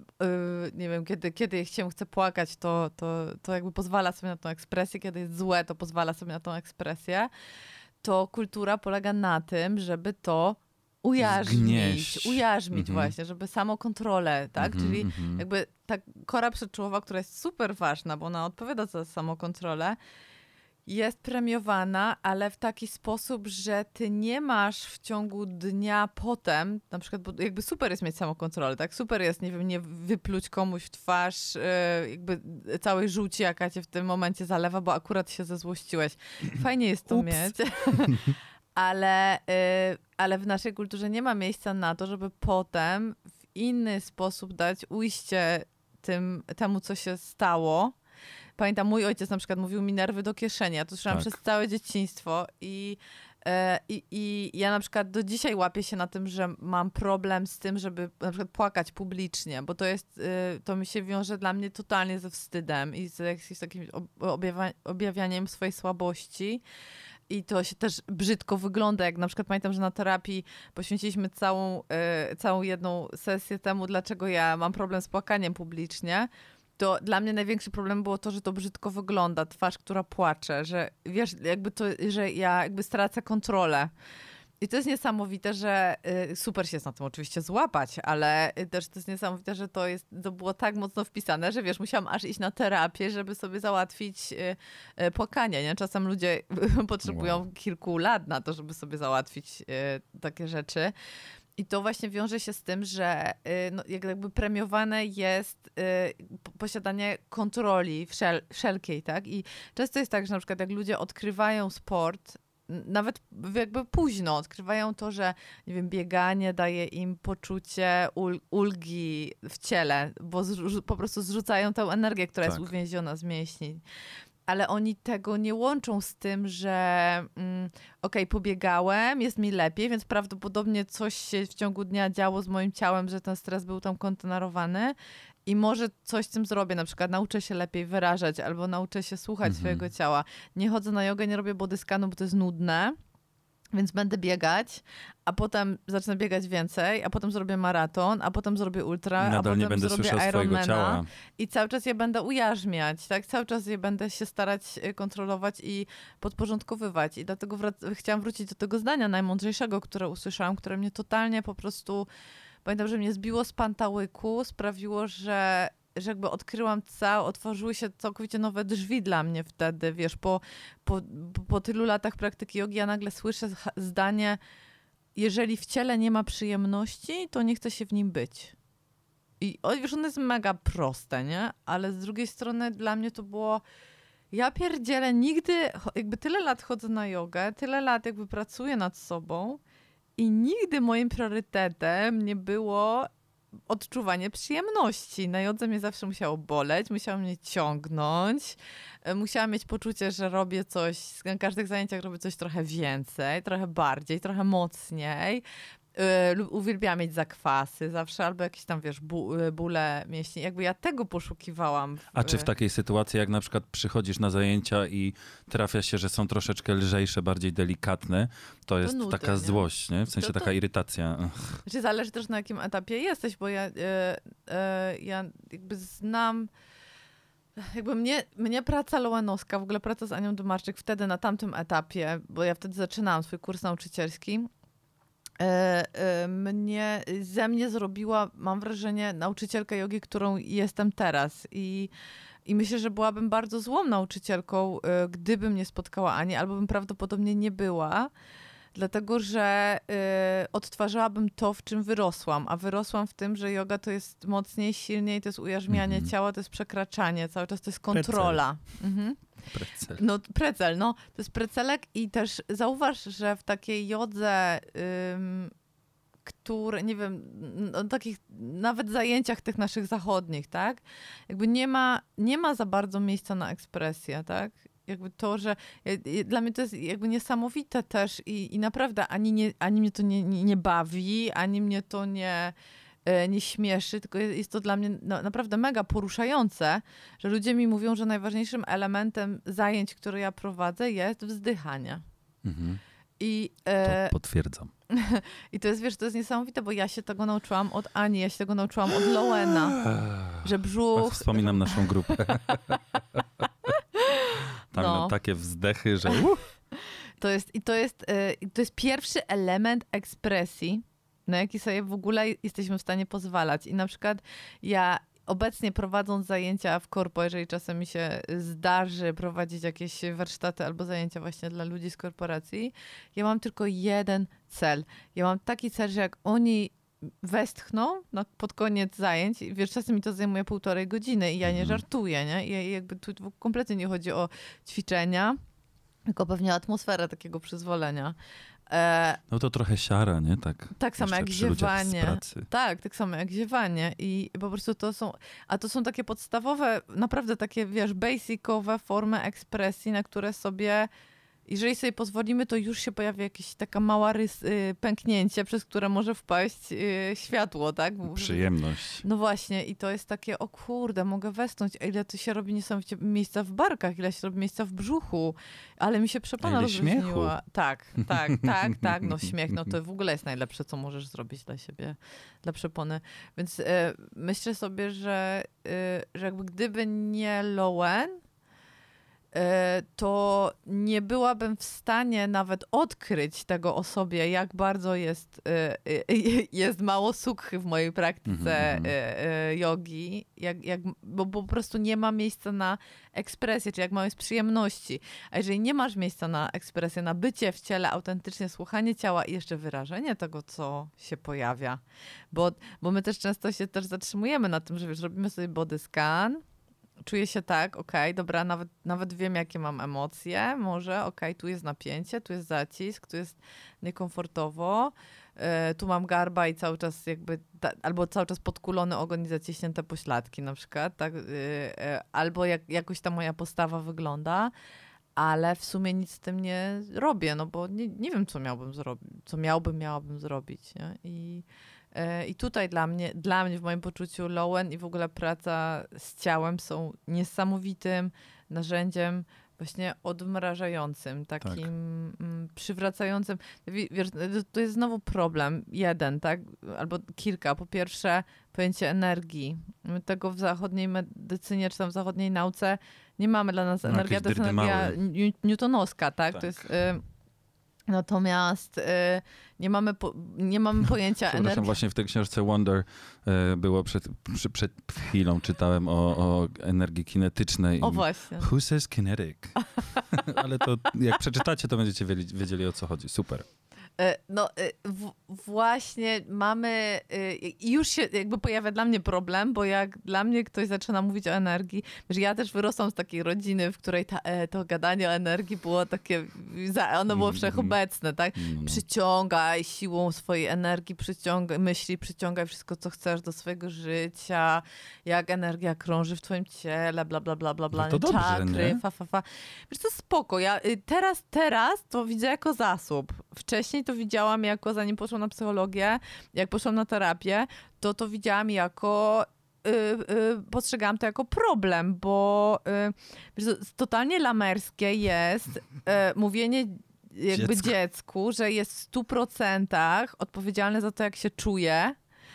Speaker 1: nie wiem, kiedy, kiedy się chce płakać, to, to, to jakby pozwala sobie na tą ekspresję, kiedy jest złe, to pozwala sobie na tą ekspresję, to kultura polega na tym, żeby to ujarzmić,
Speaker 2: Zgnieść.
Speaker 1: ujarzmić
Speaker 2: Mhm.
Speaker 1: właśnie, żeby samokontrolę, tak?
Speaker 2: Mhm,
Speaker 1: Czyli
Speaker 2: mhm.
Speaker 1: jakby ta kora przedczołowa, która jest super ważna, bo ona odpowiada za samokontrolę, jest premiowana, ale w taki sposób, że ty nie masz w ciągu dnia potem, na przykład, bo jakby super jest mieć samokontrolę, tak? Super jest, nie wiem, nie wypluć komuś w twarz yy, jakby całej żółci, jaka cię w tym momencie zalewa, bo akurat się zezłościłeś. Fajnie jest to
Speaker 2: Ups.
Speaker 1: mieć. Ale, y, ale w naszej kulturze nie ma miejsca na to, żeby potem w inny sposób dać ujście tym, temu, co się stało. Pamiętam, mój ojciec na przykład mówił mi nerwy do kieszeni. Ja to słyszałam
Speaker 2: Tak.
Speaker 1: przez całe dzieciństwo i, e, i, i ja na przykład do dzisiaj łapię się na tym, że mam problem z tym, żeby na przykład płakać publicznie, bo to jest, y, to mi się wiąże dla mnie totalnie ze wstydem i z jakimś takim objawia- objawianiem swojej słabości. I to się też brzydko wygląda, jak na przykład pamiętam, że na terapii poświęciliśmy całą, y, całą jedną sesję temu, dlaczego ja mam problem z płakaniem publicznie. To dla mnie największy problem było to, że to brzydko wygląda, twarz, która płacze, że wiesz, jakby to, że ja jakby stracę kontrolę. I to jest niesamowite, że y, super się jest na tym oczywiście złapać, ale też to jest niesamowite, że to jest, to było tak mocno wpisane, że wiesz, musiałam aż iść na terapię, żeby sobie załatwić y, y, płakanie, nie? Czasem ludzie potrzebują
Speaker 2: Wow. kilku
Speaker 1: lat na to, żeby sobie załatwić y, takie rzeczy. I to właśnie wiąże się z tym, że y, no, jakby premiowane jest y, posiadanie kontroli wszel- wszelkiej, tak? I często jest tak, że na przykład jak ludzie odkrywają sport, n- nawet jakby późno odkrywają to, że nie wiem, bieganie daje im poczucie ul- ulgi w ciele, bo zrzu- po prostu zrzucają tę energię, która
Speaker 2: Tak.
Speaker 1: jest uwięziona z mięśni. Ale oni tego nie łączą z tym, że mm, okej, okay, pobiegałem, jest mi lepiej, więc prawdopodobnie coś się w ciągu dnia działo z moim ciałem, że ten stres był tam kontenerowany i może coś z tym zrobię, na przykład nauczę się lepiej wyrażać albo nauczę się słuchać
Speaker 2: Mhm.
Speaker 1: swojego ciała. Nie chodzę na jogę, nie robię body scanu, bo to jest nudne, więc będę biegać, a potem zacznę biegać więcej, a potem zrobię maraton, a potem zrobię ultra, a
Speaker 2: Nadal
Speaker 1: potem
Speaker 2: nie będę
Speaker 1: zrobię
Speaker 2: słyszał swojego
Speaker 1: Ironmana.
Speaker 2: ciała.
Speaker 1: I cały czas je będę ujarzmiać, tak? Cały czas je będę się starać y, kontrolować i podporządkowywać. I dlatego wrac- chciałam wrócić do tego zdania najmądrzejszego, które usłyszałam, które mnie totalnie po prostu, pamiętam, że mnie zbiło z pantałyku, sprawiło, że że jakby odkryłam cał, otworzyły się całkowicie nowe drzwi dla mnie wtedy, wiesz, po, po, po tylu latach praktyki jogi ja nagle słyszę zdanie, jeżeli w ciele nie ma przyjemności, to nie chce się w nim być. I o, wiesz, ono jest mega proste, nie? Ale z drugiej strony dla mnie to było, ja pierdzielę, nigdy, jakby tyle lat chodzę na jogę, tyle lat jakby pracuję nad sobą i nigdy moim priorytetem nie było odczuwanie przyjemności. Na jodze mnie zawsze musiało boleć, musiało mnie ciągnąć, musiałam mieć poczucie, że robię coś, na każdych zajęciach robię coś trochę więcej, trochę bardziej, trochę mocniej. Yy, uwielbiałam mieć zakwasy zawsze, albo jakieś tam, wiesz, bu- bóle mięśni. Jakby ja tego poszukiwałam. W...
Speaker 2: A czy w takiej sytuacji, jak na przykład przychodzisz na zajęcia i trafia się, że są troszeczkę lżejsze, bardziej delikatne, to jest
Speaker 1: nudy,
Speaker 2: taka
Speaker 1: nie?
Speaker 2: złość, nie? W sensie
Speaker 1: To- to-
Speaker 2: taka irytacja.
Speaker 1: Znaczy zależy też na jakim etapie jesteś, bo ja, e, e, ja jakby znam, jakby mnie, mnie praca Lowenowska, w ogóle praca z Anią Dumarczyk wtedy na tamtym etapie, bo ja wtedy zaczynałam swój kurs nauczycielski, e, e, mnie, ze mnie zrobiła, mam wrażenie, nauczycielkę jogi, którą jestem teraz i I myślę, że byłabym bardzo złą nauczycielką, e, gdybym nie spotkała Ani, albo bym prawdopodobnie nie była. Dlatego, że y, odtwarzałabym to, w czym wyrosłam. A wyrosłam w tym, że joga to jest mocniej, silniej, to jest ujarzmianie
Speaker 2: Mhm.
Speaker 1: ciała, to jest przekraczanie, cały czas to jest kontrola. Mhm.
Speaker 2: Precel.
Speaker 1: No precel, no. To jest precelek i też zauważ, że w takiej jodze, ym, które, nie wiem, no, takich nawet zajęciach tych naszych zachodnich, tak? Jakby nie ma, nie ma za bardzo miejsca na ekspresję, tak? Jakby to, że ja- dla mnie to jest jakby niesamowite też i, i naprawdę ani, nie, ani mnie to nie, nie, nie bawi, ani mnie to nie, e, nie śmieszy, tylko jest, jest to dla mnie no, naprawdę mega poruszające, że ludzie mi mówią, że najważniejszym elementem zajęć, które ja prowadzę, jest wzdychanie.
Speaker 2: Mhm.
Speaker 1: I,
Speaker 2: To
Speaker 1: e,
Speaker 2: potwierdzam.
Speaker 1: I to jest, wiesz, to jest niesamowite, bo ja się tego nauczyłam od Ani, ja się tego nauczyłam od Lowena, że brzuch...
Speaker 2: Wspominam naszą grupę. Tam
Speaker 1: No.
Speaker 2: no. takie wzdechy, że uh,
Speaker 1: To jest, I to jest, y, to jest pierwszy element ekspresji, na jaki sobie w ogóle jesteśmy w stanie pozwalać. I na przykład ja obecnie prowadząc zajęcia w korpo, jeżeli czasem mi się zdarzy prowadzić jakieś warsztaty albo zajęcia właśnie dla ludzi z korporacji, ja mam tylko jeden cel. Ja mam taki cel, że jak oni westchną no, pod koniec zajęć, wiesz, czasem mi to zajmuje półtorej godziny i ja nie
Speaker 2: Mhm.
Speaker 1: żartuję, nie? I jakby tu kompletnie nie chodzi o ćwiczenia, tylko pewnie o atmosferę takiego przyzwolenia. E,
Speaker 2: No to trochę siara, nie? Tak,
Speaker 1: tak samo jak
Speaker 2: przy ludziach z
Speaker 1: ziewanie.
Speaker 2: pracy.
Speaker 1: Tak, tak samo jak ziewanie. I po prostu to są, a to są takie podstawowe, naprawdę takie, wiesz, basicowe formy ekspresji, na które sobie, jeżeli sobie pozwolimy, to już się pojawia jakieś taka mała rys, y, pęknięcie, przez które może wpaść y, światło, tak?
Speaker 2: Przyjemność.
Speaker 1: No właśnie, i to jest takie, o kurde, mogę westchnąć, a ile to się robi niesamowicie miejsca w barkach, ile się robi miejsca w brzuchu, ale mi się przepona rozluźniła. Tak, tak, tak, tak, no śmiech, no to w ogóle jest najlepsze, co możesz zrobić dla siebie, dla przepony. Więc y, myślę sobie, że, y, że jakby gdyby nie Lowen, to nie byłabym w stanie nawet odkryć tego o sobie, jak bardzo jest, jest mało sukhy w mojej praktyce mm-hmm. jogi, jak, jak, bo po prostu nie ma miejsca na ekspresję, czyli jak mało jest przyjemności. A jeżeli nie masz miejsca na ekspresję, na bycie w ciele, autentycznie słuchanie ciała i jeszcze wyrażenie tego, co się pojawia, bo, bo my też często się też zatrzymujemy na tym, że wiesz, robimy sobie body scan, czuję się tak, okej, okay, dobra, nawet, nawet wiem, jakie mam emocje, może, okej, okay, tu jest napięcie, tu jest zacisk, tu jest niekomfortowo, yy, tu mam garba i cały czas jakby, ta, albo cały czas podkulony ogon i zaciśnięte pośladki na przykład, tak, yy, yy, albo jak, jakoś ta moja postawa wygląda, ale w sumie nic z tym nie robię, no bo nie, nie wiem, co miałbym zrobić, co miałbym, miałabym zrobić, nie? I I tutaj dla mnie, dla mnie w moim poczuciu Lowen i w ogóle praca z ciałem są niesamowitym narzędziem właśnie odmrażającym, takim tak. przywracającym. Wiesz, to jest znowu problem, jeden, tak? Albo kilka. Po pierwsze, pojęcie energii. My tego w zachodniej medycynie, czy tam w zachodniej nauce nie mamy. Dla nas no, energia to jest energia newtonowska, tak? tak. To jest... Y- Natomiast y, nie, mamy po, nie mamy pojęcia energii.
Speaker 2: Przepraszam, właśnie w tej książce Wonder y, było przed, przy, przed chwilą, czytałem o, o energii kinetycznej.
Speaker 1: O właśnie.
Speaker 2: Who says kinetic? Ale to jak przeczytacie, to będziecie wiedzieli, wiedzieli o co chodzi. Super.
Speaker 1: No w, właśnie mamy i już się jakby pojawia dla mnie problem, bo jak dla mnie ktoś zaczyna mówić o energii, że ja też wyrosłam z takiej rodziny, w której ta, to gadanie o energii było takie, ono było wszechobecne, tak? Przyciągaj siłą swojej energii, przyciągaj myśli, przyciągaj wszystko, co chcesz do swojego życia, jak energia krąży w twoim ciele, bla, bla, bla, bla, bla,
Speaker 2: no to dobrze,
Speaker 1: czakry,
Speaker 2: nie?
Speaker 1: fa, fa, fa. Wiesz, to spoko. Ja teraz, teraz to widzę jako zasób. Wcześniej to widziałam jako, zanim poszłam na psychologię, jak poszłam na terapię, to to widziałam jako, y, y, postrzegałam to jako problem, bo y, totalnie lamerskie jest y, mówienie jakby Dziecko. dziecku, że jest w stu procentach odpowiedzialny za to, jak się czuje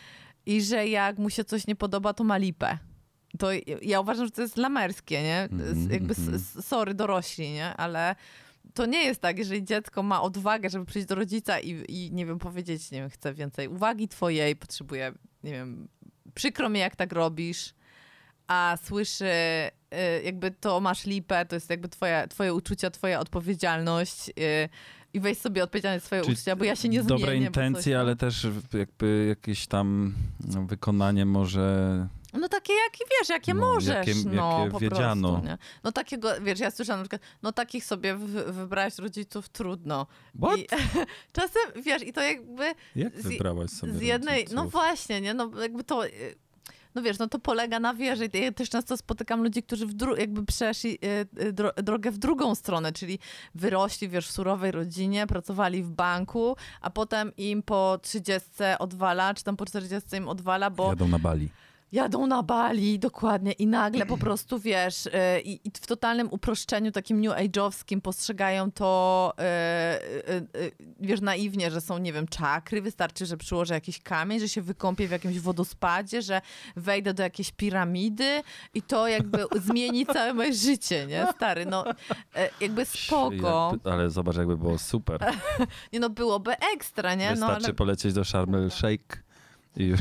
Speaker 1: i że jak mu się coś nie podoba, to ma lipę. To ja uważam, że to jest lamerskie, nie? Mm-hmm. Jakby sorry, dorośli, nie? Ale to nie jest tak, jeżeli dziecko ma odwagę, żeby przyjść do rodzica i, i nie wiem, powiedzieć, nie wiem, chcę więcej uwagi twojej, potrzebuję, nie wiem, przykro mi, jak tak robisz, a słyszy, jakby to masz lipę, to jest jakby twoje, twoje uczucia, twoja odpowiedzialność i weź sobie odpowiedzialność za swoje
Speaker 2: Czyli
Speaker 1: uczucia, bo ja się nie zmienię.
Speaker 2: Dobre intencje, ale też jakby jakieś tam wykonanie może...
Speaker 1: No takie, jak wiesz, jakie
Speaker 2: no,
Speaker 1: możesz,
Speaker 2: jakie,
Speaker 1: no
Speaker 2: jakie
Speaker 1: po
Speaker 2: wiedziano.
Speaker 1: prostu, nie? No takiego, wiesz, ja słyszałam na przykład, no takich sobie wy, wybrać rodziców trudno.
Speaker 2: What?
Speaker 1: I, czasem, wiesz, i to jakby...
Speaker 2: Jak z, wybrałaś sobie
Speaker 1: z jednej,
Speaker 2: rodziców?
Speaker 1: No właśnie, nie? No jakby to... No wiesz, no to polega na wierze. Ja też często spotykam ludzi, którzy w dru- jakby przeszli y, dro- drogę w drugą stronę, czyli wyrośli, wiesz, w surowej rodzinie, pracowali w banku, a potem im po trzydziestce odwala, czy tam po czterdziestce im odwala, bo...
Speaker 2: Jadą na Bali.
Speaker 1: Jadą na Bali, dokładnie, i nagle po prostu, wiesz, yy, i w totalnym uproszczeniu takim new age'owskim postrzegają to, yy, yy, yy, wiesz, naiwnie, że są, nie wiem, czakry, wystarczy, że przyłożę jakiś kamień, że się wykąpię w jakimś wodospadzie, że wejdę do jakiejś piramidy i to jakby zmieni całe moje życie, nie, stary, no, yy, jakby spoko.
Speaker 2: Ja, ale zobacz, jakby było super.
Speaker 1: Nie no, byłoby ekstra, nie?
Speaker 2: Wystarczy
Speaker 1: no, ale...
Speaker 2: polecieć do Sharm el Sheikh i...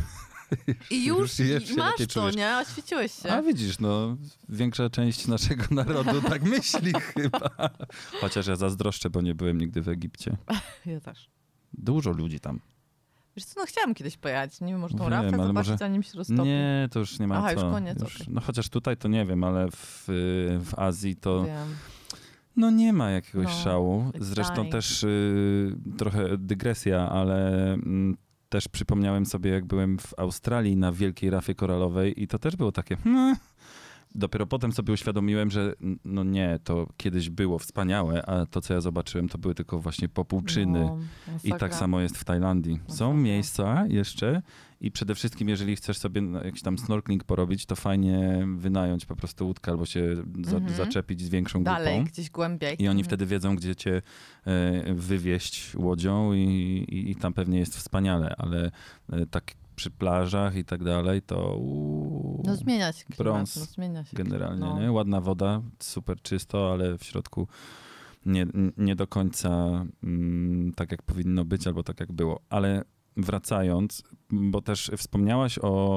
Speaker 1: I już, już i masz to,
Speaker 2: czujesz.
Speaker 1: nie? Oświeciłeś się.
Speaker 2: A widzisz, no, większa część naszego narodu tak myśli chyba. Chociaż ja zazdroszczę, bo nie byłem nigdy w Egipcie.
Speaker 1: Ja też.
Speaker 2: Dużo ludzi tam.
Speaker 1: Wiesz co, no chciałam kiedyś pojechać. Nie wiem, może tą
Speaker 2: Wiem,
Speaker 1: rafę zobaczyć,
Speaker 2: może...
Speaker 1: zanim się roztopi.
Speaker 2: Nie, to już nie ma
Speaker 1: Aha,
Speaker 2: co.
Speaker 1: już koniec,
Speaker 2: już,
Speaker 1: okay.
Speaker 2: No chociaż tutaj to nie wiem, ale w, w Azji to...
Speaker 1: Wiem.
Speaker 2: No nie ma jakiegoś
Speaker 1: No,
Speaker 2: szału.
Speaker 1: it's
Speaker 2: Zresztą
Speaker 1: dying.
Speaker 2: też y, trochę dygresja, ale mm, też przypomniałem sobie, jak byłem w Australii na Wielkiej Rafie Koralowej i to też było takie... Hmm. Dopiero potem sobie uświadomiłem, że no nie, to kiedyś było wspaniałe, a to, co ja zobaczyłem, to były tylko właśnie popłuczyny.
Speaker 1: No,
Speaker 2: I tak samo jest w Tajlandii. Są
Speaker 1: Masakra.
Speaker 2: miejsca jeszcze i przede wszystkim, jeżeli chcesz sobie jakiś tam snorkeling porobić, to fajnie wynająć po prostu łódkę albo się za,
Speaker 1: Mhm.
Speaker 2: zaczepić z większą
Speaker 1: Dalej,
Speaker 2: grupą.
Speaker 1: gdzieś głębiej.
Speaker 2: I oni
Speaker 1: Mhm.
Speaker 2: wtedy wiedzą, gdzie cię e, wywieźć łodzią i, i, i tam pewnie jest wspaniale, ale e, tak przy plażach i tak dalej, to uu,
Speaker 1: No zmienia się klimat,
Speaker 2: brąz
Speaker 1: no zmienia się
Speaker 2: generalnie,
Speaker 1: klimat, no.
Speaker 2: nie? Ładna woda, super czysto, ale w środku nie, nie do końca mm, tak, jak powinno być, albo tak, jak było. Ale wracając, bo też wspomniałaś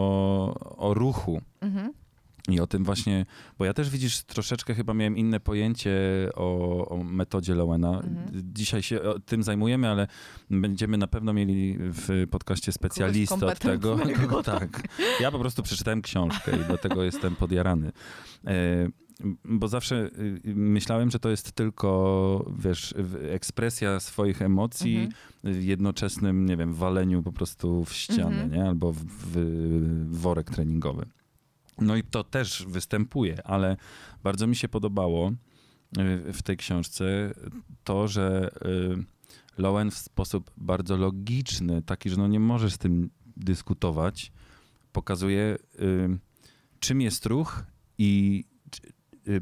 Speaker 2: o, o ruchu
Speaker 1: Mhm.
Speaker 2: i o tym właśnie, bo ja też widzisz, troszeczkę chyba miałem inne pojęcie o, o metodzie Lowena.
Speaker 1: Mhm.
Speaker 2: Dzisiaj się o tym zajmujemy, ale będziemy na pewno mieli w podcaście specjalistę od tego.
Speaker 1: kompetentnego.
Speaker 2: Tak. Ja po prostu przeczytałem książkę i dlatego jestem podjarany. E, Bo zawsze y, myślałem, że to jest tylko, wiesz, w- ekspresja swoich emocji
Speaker 1: Mhm.
Speaker 2: w jednoczesnym, nie wiem, waleniu po prostu w ścianę,
Speaker 1: Mhm.
Speaker 2: nie? Albo w, w worek treningowy. No i to też występuje, ale bardzo mi się podobało y, w tej książce to, że y, Lowen w sposób bardzo logiczny, taki, że no nie możesz z tym dyskutować, pokazuje, y, czym jest ruch i y,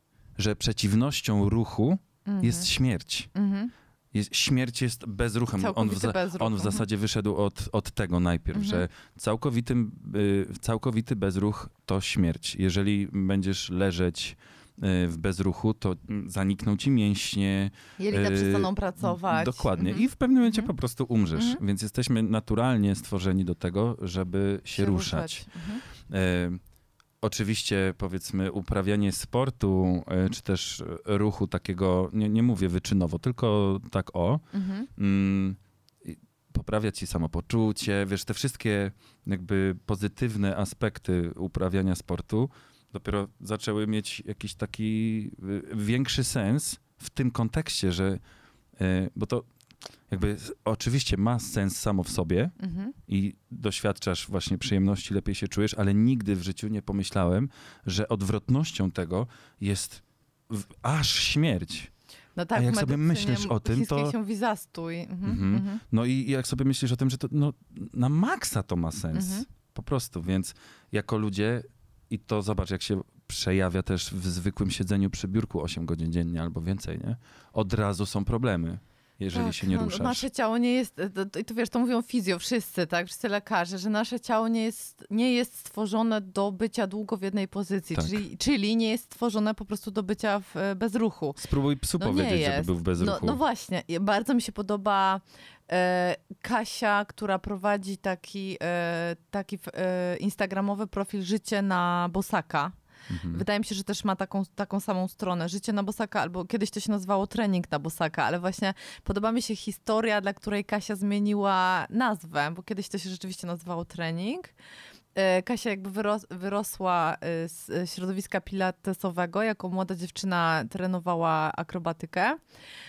Speaker 2: że przeciwnością ruchu
Speaker 1: Mhm.
Speaker 2: jest śmierć.
Speaker 1: Mhm.
Speaker 2: Jest, śmierć jest bezruchem. On w,
Speaker 1: Całkowity
Speaker 2: za,
Speaker 1: bezruch.
Speaker 2: on w
Speaker 1: Mhm.
Speaker 2: zasadzie wyszedł od, od tego najpierw,
Speaker 1: Mhm.
Speaker 2: że całkowitym, y, całkowity bezruch to śmierć. Jeżeli będziesz leżeć y, w bezruchu, to mm, zanikną ci mięśnie.
Speaker 1: Jelita
Speaker 2: y,
Speaker 1: przestaną pracować.
Speaker 2: Dokładnie.
Speaker 1: Mhm.
Speaker 2: I w pewnym momencie
Speaker 1: Mhm.
Speaker 2: po prostu umrzesz.
Speaker 1: Mhm.
Speaker 2: Więc jesteśmy naturalnie stworzeni do tego, żeby się, ruszać.
Speaker 1: Mhm.
Speaker 2: E, Oczywiście, powiedzmy, uprawianie sportu, e, czy też ruchu takiego, nie, nie mówię wyczynowo, tylko tak o,
Speaker 1: Mhm.
Speaker 2: mm, i poprawia ci samopoczucie, wiesz, te wszystkie jakby pozytywne aspekty uprawiania sportu dopiero zaczęły mieć jakiś taki y, większy sens w tym kontekście, że, y, bo to jakby s- oczywiście ma sens samo w sobie,
Speaker 1: Mhm.
Speaker 2: i doświadczasz właśnie przyjemności, lepiej się czujesz, ale nigdy w życiu nie pomyślałem, że odwrotnością tego jest w, aż śmierć.
Speaker 1: No tak,
Speaker 2: A jak
Speaker 1: w
Speaker 2: sobie
Speaker 1: medycynie
Speaker 2: myślisz o tym,
Speaker 1: chińskiej
Speaker 2: to-
Speaker 1: się mówi zastój. Mhm.
Speaker 2: Mhm.
Speaker 1: Mhm.
Speaker 2: No i jak sobie myślisz o tym, że to no, na maksa to ma sens.
Speaker 1: Mhm.
Speaker 2: Po prostu, więc jako ludzie, i to zobacz, jak się przejawia też w zwykłym siedzeniu przy biurku osiem godzin dziennie albo więcej, nie? Od razu są problemy, jeżeli
Speaker 1: Tak,
Speaker 2: się nie
Speaker 1: no,
Speaker 2: ruszasz.
Speaker 1: Nasze ciało nie jest, to, to, to wiesz, to mówią fizjo, wszyscy, tak, wszyscy lekarze, że nasze ciało nie jest, nie jest stworzone do bycia długo w jednej pozycji,
Speaker 2: Tak.
Speaker 1: czyli, czyli nie jest stworzone po prostu do bycia w e, bezruchu.
Speaker 2: Spróbuj psu
Speaker 1: No nie
Speaker 2: powiedzieć, żeby
Speaker 1: jest.
Speaker 2: był w bezruchu.
Speaker 1: No, no właśnie, I bardzo mi się podoba e, Kasia, która prowadzi taki, e, taki e, instagramowy profil Życie na Bosaka.
Speaker 2: Mhm.
Speaker 1: Wydaje mi się, że też ma taką, taką samą stronę. Życie na Bosaka, albo kiedyś to się nazywało Trening na Bosaka, ale właśnie podoba mi się historia, dla której Kasia zmieniła nazwę, bo kiedyś to się rzeczywiście nazywało Trening. E, Kasia jakby wyros, wyrosła e, z środowiska pilatesowego, jako młoda dziewczyna trenowała akrobatykę.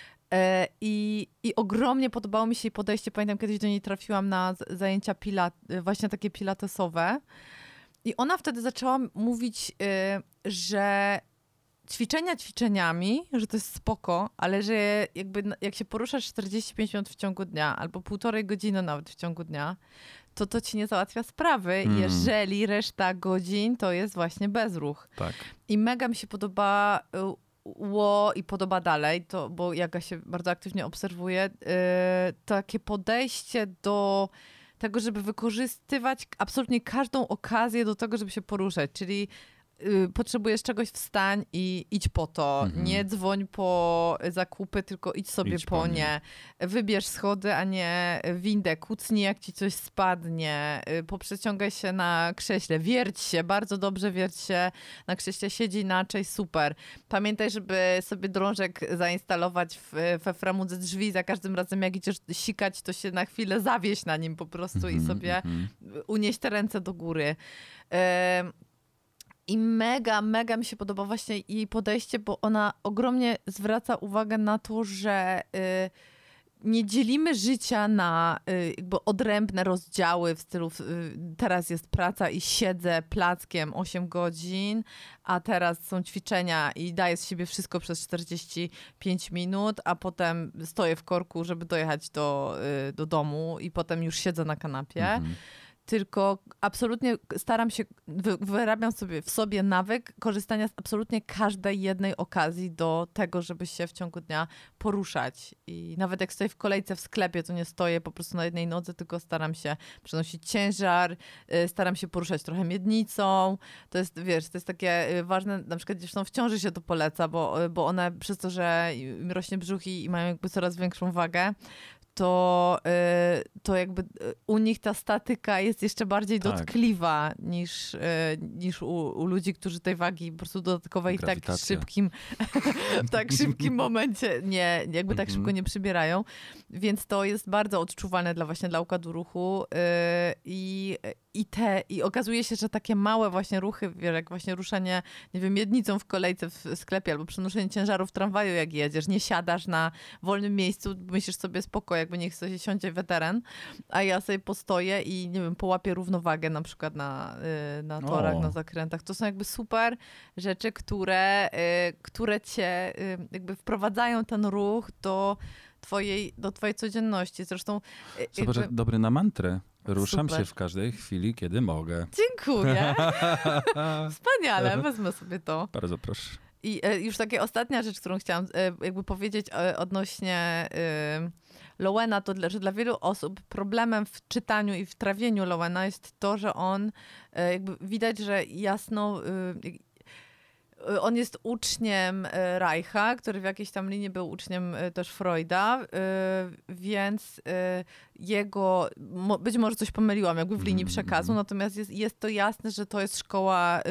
Speaker 1: E, I, I ogromnie podobało mi się jej podejście. Pamiętam, kiedyś do niej trafiłam na z- zajęcia pilat, właśnie takie pilatesowe. I ona wtedy zaczęła mówić, y, że ćwiczenia ćwiczeniami, że to jest spoko, ale że jakby na- jak się poruszasz czterdzieści pięć minut w ciągu dnia, albo półtorej godziny nawet w ciągu dnia, to to ci nie załatwia sprawy,
Speaker 2: Mm.
Speaker 1: jeżeli reszta godzin to jest właśnie bezruch.
Speaker 2: Tak.
Speaker 1: I mega mi się podobało i podoba dalej, to, bo Jaga się bardzo aktywnie obserwuje, yy, takie podejście do tego, żeby wykorzystywać absolutnie każdą okazję do tego, żeby się poruszać, czyli y, potrzebujesz czegoś, wstań i idź po to.
Speaker 2: Mhm.
Speaker 1: Nie dzwoń po zakupy, tylko idź sobie
Speaker 2: Idź
Speaker 1: po,
Speaker 2: po nie.
Speaker 1: nie. Wybierz schody, a nie windę. Kucnij, jak ci coś spadnie. Y, Poprzeciągaj się na krześle. Wierć się, bardzo dobrze wierć się. Na krześle siedzi inaczej, super. Pamiętaj, żeby sobie drążek zainstalować w, we framudze drzwi. Za każdym razem, jak idziesz sikać, to się na chwilę zawieź na nim po prostu i
Speaker 2: Mhm,
Speaker 1: sobie
Speaker 2: mhm.
Speaker 1: unieść te ręce do góry. Ym, I mega, mega mi się podoba właśnie jej podejście, bo ona ogromnie zwraca uwagę na to, że y, nie dzielimy życia na y, jakby odrębne rozdziały w stylu y, teraz jest praca i siedzę plackiem osiem godzin, a teraz są ćwiczenia i daję z siebie wszystko przez czterdzieści pięć minut, a potem stoję w korku, żeby dojechać do, y, do domu i potem już siedzę na kanapie. Mhm. Tylko absolutnie staram się, wy, wyrabiam sobie w sobie nawyk korzystania z absolutnie każdej jednej okazji do tego, żeby się w ciągu dnia poruszać. I nawet jak stoję w kolejce w sklepie, to nie stoję po prostu na jednej nodze, tylko staram się przenosić ciężar, y, staram się poruszać trochę miednicą. To jest, wiesz, to jest takie ważne, na przykład dziewczynom w ciąży się to poleca, bo, bo one przez to, że im rośnie brzuch i mają jakby coraz większą wagę, to, y, to jakby u nich ta statyka jest jeszcze bardziej tak. dotkliwa niż, y, niż u, u ludzi, którzy tej wagi po prostu dodatkowej w tak szybkim, w tak szybkim momencie nie, jakby tak szybko nie przybierają. Więc to jest bardzo odczuwalne dla właśnie dla układu ruchu y, i, i te, i okazuje się, że takie małe właśnie ruchy, wiesz, jak właśnie ruszanie, nie wiem, miednicą w kolejce w sklepie albo przenoszenie ciężaru w tramwaju, jak jedziesz, nie siadasz na wolnym miejscu, myślisz sobie spoko, jakby niech sobie siądzie weteran, a ja sobie postoję i nie wiem, połapię równowagę na przykład na, na torach, o. na zakrętach. To są jakby super rzeczy, które, które cię jakby wprowadzają ten ruch do twojej, do twojej codzienności. Zresztą...
Speaker 2: Zobacz,
Speaker 1: jakby...
Speaker 2: dobry na mantrę. Ruszam
Speaker 1: Super.
Speaker 2: się w każdej chwili, kiedy mogę.
Speaker 1: Dziękuję. Wspaniale, wezmę sobie to.
Speaker 2: Bardzo proszę.
Speaker 1: I e, już taka ostatnia rzecz, którą chciałam e, jakby powiedzieć e, odnośnie e, Lowena, to dla, że dla wielu osób problemem w czytaniu i w trawieniu Lowena jest to, że on e, jakby widać, że jasno e, on jest uczniem Reicha, który w jakiejś tam linii był uczniem też Freuda, więc jego, być może coś pomyliłam jakby w linii przekazu, natomiast jest, jest to jasne, że to jest szkoła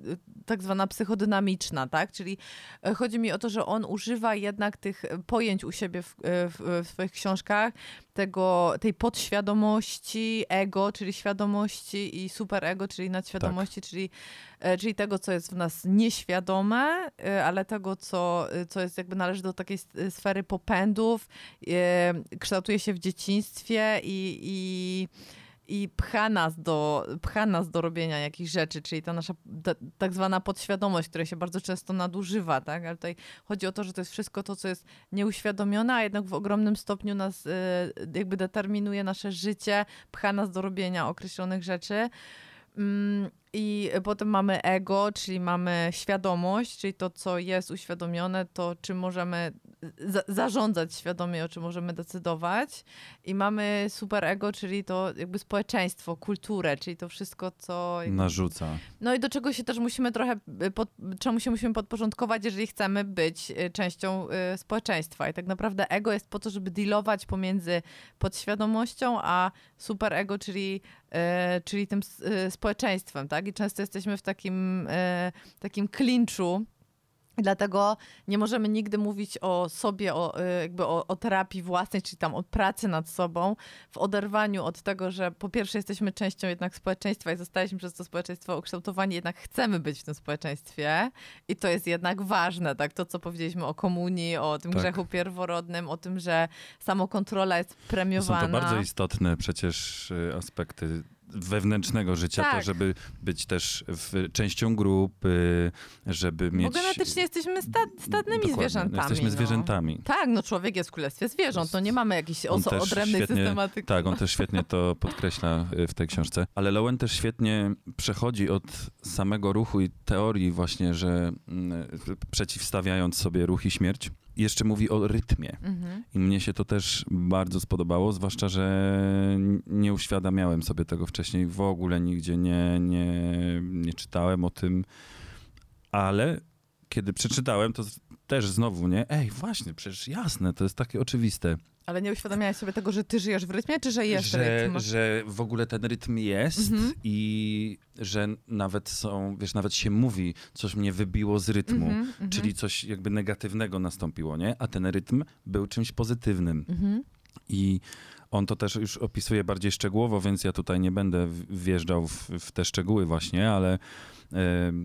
Speaker 1: tak zwana psychodynamiczna, tak? Czyli chodzi mi o to, że on używa jednak tych pojęć u siebie w, w, w swoich książkach, tego, tej podświadomości, ego, czyli świadomości i superego, czyli nadświadomości, tak. czyli, czyli tego, co jest w nas nieświadome, ale tego, co, co jest jakby należy do takiej sfery popędów, kształtuje się w dzieciństwie i, i i pcha nas, do, pcha nas do robienia jakichś rzeczy, czyli ta nasza ta, tak zwana podświadomość, która się bardzo często nadużywa, tak? Ale tutaj chodzi o to, że to jest wszystko to, co jest nieuświadomione, a jednak w ogromnym stopniu nas y, jakby determinuje nasze życie, pcha nas do robienia określonych rzeczy. Mm, I potem mamy ego, czyli mamy świadomość, czyli to, co jest uświadomione, to czym możemy za- zarządzać świadomie, o czym możemy decydować. I mamy superego, czyli to jakby społeczeństwo, kulturę, czyli to wszystko, co... Jakby...
Speaker 2: narzuca.
Speaker 1: No i do czego się też musimy trochę, pod, czemu się musimy podporządkować, jeżeli chcemy być częścią y, społeczeństwa. I tak naprawdę ego jest po to, żeby dealować pomiędzy podświadomością a superego, czyli, y, czyli tym y, społeczeństwem, tak? I często jesteśmy w takim, e, takim klinczu. Dlatego nie możemy nigdy mówić o sobie, o, jakby o, o terapii własnej, czyli tam o pracy nad sobą, w oderwaniu od tego, że po pierwsze jesteśmy częścią jednak społeczeństwa i zostaliśmy przez to społeczeństwo ukształtowani, jednak chcemy być w tym społeczeństwie i to jest jednak ważne, tak? To, co powiedzieliśmy o komunii, o tym tak. grzechu pierworodnym, o tym, że samokontrola jest premiowana.
Speaker 2: Są to bardzo istotne przecież aspekty wewnętrznego życia, tak. to żeby być też w, częścią grupy, żeby mieć...
Speaker 1: Bo genetycznie jesteśmy sta, stadnymi Dokładnie. zwierzętami.
Speaker 2: Jesteśmy
Speaker 1: no.
Speaker 2: zwierzętami.
Speaker 1: Tak, no człowiek jest w królestwie zwierząt, to nie mamy jakiejś oso- odrębnej
Speaker 2: świetnie,
Speaker 1: systematyki.
Speaker 2: Tak, on też świetnie to podkreśla w tej książce. Ale Lowen też świetnie przechodzi od samego ruchu i teorii właśnie, że m, przeciwstawiając sobie ruch i śmierć, jeszcze mówi o rytmie. Mhm. I mnie się to też bardzo spodobało, zwłaszcza, że nie uświadamiałem sobie tego wcześniej. W ogóle nigdzie nie, nie, nie czytałem o tym. Ale kiedy przeczytałem, to też znowu, nie? Ej, właśnie, przecież jasne, to jest takie oczywiste.
Speaker 1: Ale nie uświadamiałeś sobie tego, że ty żyjesz w rytmie, czy że jest
Speaker 2: że,
Speaker 1: rytm?
Speaker 2: Że w ogóle ten rytm jest mhm. i że nawet są, wiesz, nawet się mówi, coś mnie wybiło z rytmu, mhm, czyli mhm. coś jakby negatywnego nastąpiło, nie? A ten rytm był czymś pozytywnym. Mhm. I on to też już opisuje bardziej szczegółowo, więc ja tutaj nie będę wjeżdżał w, w te szczegóły właśnie, ale y,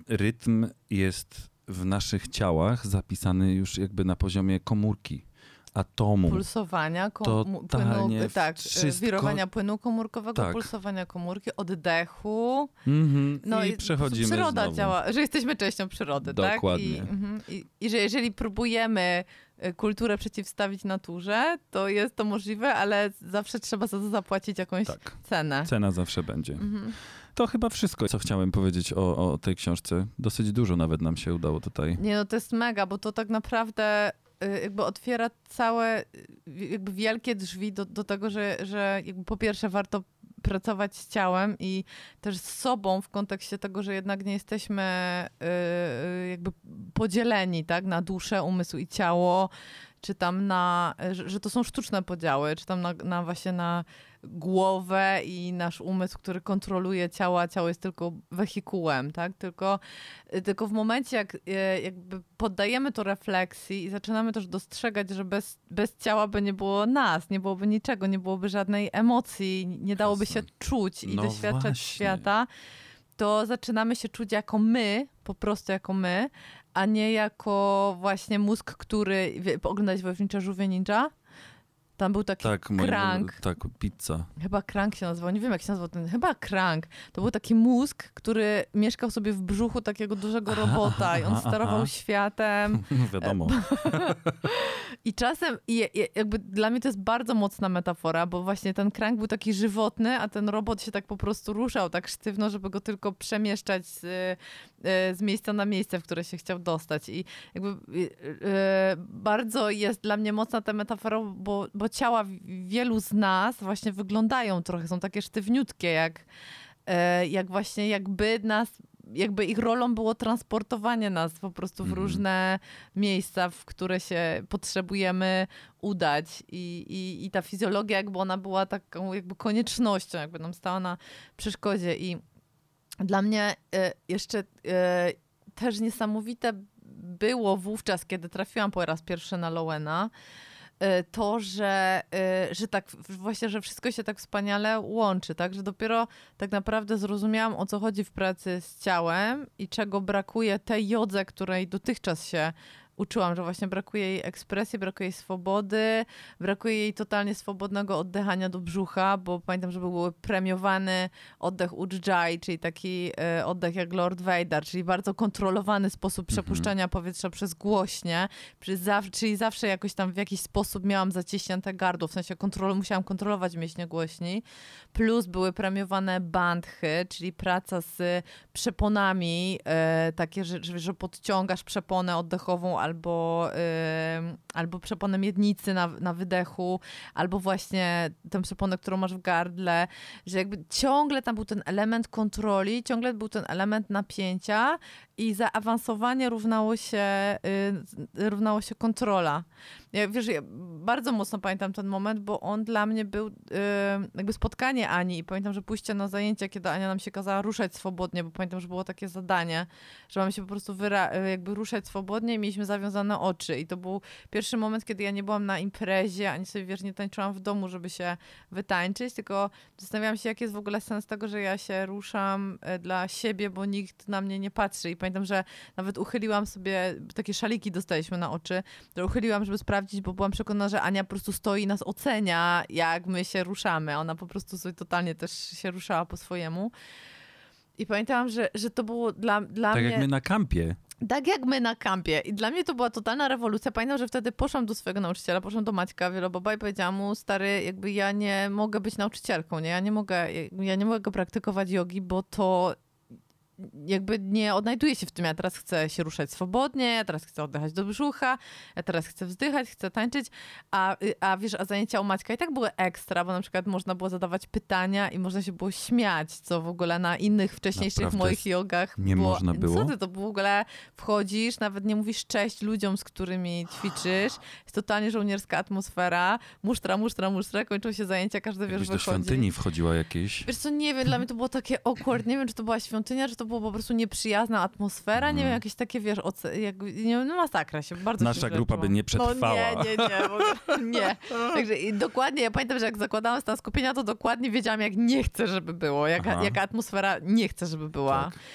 Speaker 2: rytm jest w naszych ciałach zapisany już jakby na poziomie komórki, atomu.
Speaker 1: Pulsowania, kom-
Speaker 2: Totalnie
Speaker 1: płynu, tak,
Speaker 2: wszystko.
Speaker 1: wirowania płynu komórkowego,
Speaker 2: Tak.
Speaker 1: pulsowania komórki, oddechu.
Speaker 2: Mhm.
Speaker 1: No
Speaker 2: I przechodzimy
Speaker 1: Przyroda
Speaker 2: znowu.
Speaker 1: działa, że jesteśmy częścią przyrody,
Speaker 2: Dokładnie.
Speaker 1: tak? I, mhm, i, I że jeżeli próbujemy y, kulturę przeciwstawić naturze, to jest to możliwe, ale zawsze trzeba za to zapłacić jakąś
Speaker 2: Tak.
Speaker 1: cenę.
Speaker 2: Cena zawsze będzie.
Speaker 1: Mhm.
Speaker 2: To chyba wszystko, co chciałem powiedzieć o, o tej książce. Dosyć dużo nawet nam się udało tutaj.
Speaker 1: Nie no, to jest mega, bo to tak naprawdę y, jakby otwiera całe y, jakby wielkie drzwi do, do tego, że, że jakby po pierwsze warto pracować z ciałem i też z sobą w kontekście tego, że jednak nie jesteśmy y, y, jakby podzieleni, tak, na duszę, umysł i ciało, czy tam na, że, że to są sztuczne podziały, czy tam na, na właśnie na głowę i nasz umysł, który kontroluje ciało, a ciało jest tylko wehikułem, tak? Tylko, tylko w momencie, jak e, jakby poddajemy to refleksji i zaczynamy też dostrzegać, że bez, bez ciała by nie było nas, nie byłoby niczego, nie byłoby żadnej emocji, nie dałoby
Speaker 2: Jasne.
Speaker 1: się czuć i
Speaker 2: No
Speaker 1: doświadczać
Speaker 2: właśnie.
Speaker 1: świata, to zaczynamy się czuć jako my, po prostu jako my, a nie jako właśnie mózg, który... wie- Oglądałeś Wojownicze Żółwie Ninja? Tam był taki
Speaker 2: Tak, moje-
Speaker 1: Krang.
Speaker 2: tak, pizza.
Speaker 1: Chyba Krang się nazywał, nie wiem jak się nazywał ten, chyba Krang. To był taki mózg, który mieszkał sobie w brzuchu takiego dużego
Speaker 2: Aha,
Speaker 1: robota i on
Speaker 2: aha,
Speaker 1: sterował
Speaker 2: aha.
Speaker 1: światem.
Speaker 2: Wiadomo.
Speaker 1: I czasem, i, i, jakby dla mnie to jest bardzo mocna metafora, bo właśnie ten Krang był taki żywotny, a ten robot się tak po prostu ruszał tak sztywno, żeby go tylko przemieszczać z, z miejsca na miejsce, w które się chciał dostać. I jakby y, y, bardzo jest dla mnie mocna ta metafora, bo, bo ciała wielu z nas właśnie wyglądają trochę, są takie sztywniutkie, jak, e, jak właśnie jakby nas, jakby ich rolą było transportowanie nas po prostu w
Speaker 2: Mhm.
Speaker 1: różne miejsca, w które się potrzebujemy udać i, i, i ta fizjologia jakby ona była taką jakby koniecznością, jakby nam stała na przeszkodzie i dla mnie e, jeszcze e, też niesamowite było wówczas, kiedy trafiłam po raz pierwszy na Lowena, to, że, że tak właśnie, że wszystko się tak wspaniale łączy, tak, że dopiero tak naprawdę zrozumiałam, o co chodzi w pracy z ciałem i czego brakuje tej jodze, której dotychczas się uczyłam, że właśnie brakuje jej ekspresji, brakuje jej swobody, brakuje jej totalnie swobodnego oddychania do brzucha, bo pamiętam, że był premiowany oddech Ujjayi, czyli taki e, oddech jak Lord Vader, czyli bardzo kontrolowany sposób przepuszczania mhm. powietrza przez głośnie, przez zaw- czyli zawsze jakoś tam w jakiś sposób miałam zacieśnięte gardło, w sensie kontrol- musiałam kontrolować mięśnie głośni, plus były premiowane bandhy, czyli praca z przeponami, e, takie, że, że podciągasz przeponę oddechową albo, yy, albo przeponę miednicy na, na wydechu, albo właśnie tę przeponę, którą masz w gardle, że jakby ciągle tam był ten element kontroli, ciągle był ten element napięcia i zaawansowanie równało się, yy, równało się kontrola. Ja, wiesz, ja bardzo mocno pamiętam ten moment, bo on dla mnie był yy, jakby spotkanie Ani i pamiętam, że pójście na zajęcia, kiedy Ania nam się kazała ruszać swobodnie, bo pamiętam, że było takie zadanie, że mamy się po prostu wyra- jakby ruszać swobodnie i mieliśmy zawiązane oczy i to był pierwszy moment, kiedy ja nie byłam na imprezie, ani sobie, wiesz, nie tańczyłam w domu, żeby się wytańczyć, tylko zastanawiałam się, jaki jest w ogóle sens tego, że ja się ruszam dla siebie, bo nikt na mnie nie patrzy i pamiętam, że nawet uchyliłam sobie, takie szaliki dostaliśmy na oczy, to uchyliłam, żeby sprawdzić, bo byłam przekonana, że Ania po prostu stoi i nas ocenia, jak my się ruszamy. Ona po prostu sobie totalnie też się ruszała po swojemu. I pamiętałam, że, że to było dla, dla
Speaker 2: tak
Speaker 1: mnie...
Speaker 2: jak my na kampie.
Speaker 1: Tak jak my na kampie. I dla mnie to była totalna rewolucja. Pamiętam, że wtedy poszłam do swojego nauczyciela, poszłam do Maćka Wieloboba i powiedziałam mu, stary, jakby ja nie mogę być nauczycielką, nie? Ja nie mogę, ja nie mogę praktykować jogi, bo to jakby nie odnajduję się w tym. Ja teraz chcę się ruszać swobodnie, ja teraz chcę oddychać do brzucha, ja teraz chcę wzdychać, chcę tańczyć, a, a wiesz, a zajęcia u Maćka i tak były ekstra, bo na przykład można było zadawać pytania i można się było śmiać, co w ogóle na innych wcześniejszych
Speaker 2: Naprawdę
Speaker 1: moich jogach
Speaker 2: nie
Speaker 1: było.
Speaker 2: można było?
Speaker 1: Co ty, to w ogóle wchodzisz, nawet nie mówisz cześć ludziom, z którymi ćwiczysz, jest totalnie żołnierska atmosfera, musztra, musztra, musztra, kończą się zajęcia, każdy wiesz,
Speaker 2: Jakbyś
Speaker 1: wychodzi.
Speaker 2: do świątyni wchodziła jakieś.
Speaker 1: Wiesz co, nie wiem, dla mnie to było takie awkward, nie wiem, czy to była świątynia, czy to była po prostu nieprzyjazna atmosfera, mm. nie wiem, jakieś takie, wiesz, oce- jak, nie, no masakra się, bardzo
Speaker 2: Nasza
Speaker 1: się
Speaker 2: grupa by nie przetrwała.
Speaker 1: No nie, nie, nie, w ogóle, nie. Także i dokładnie, ja pamiętam, że jak zakładałam stan skupienia, to dokładnie wiedziałam, jak nie chcę, żeby było, jaka, jaka atmosfera nie chcę, żeby była.
Speaker 2: Tak.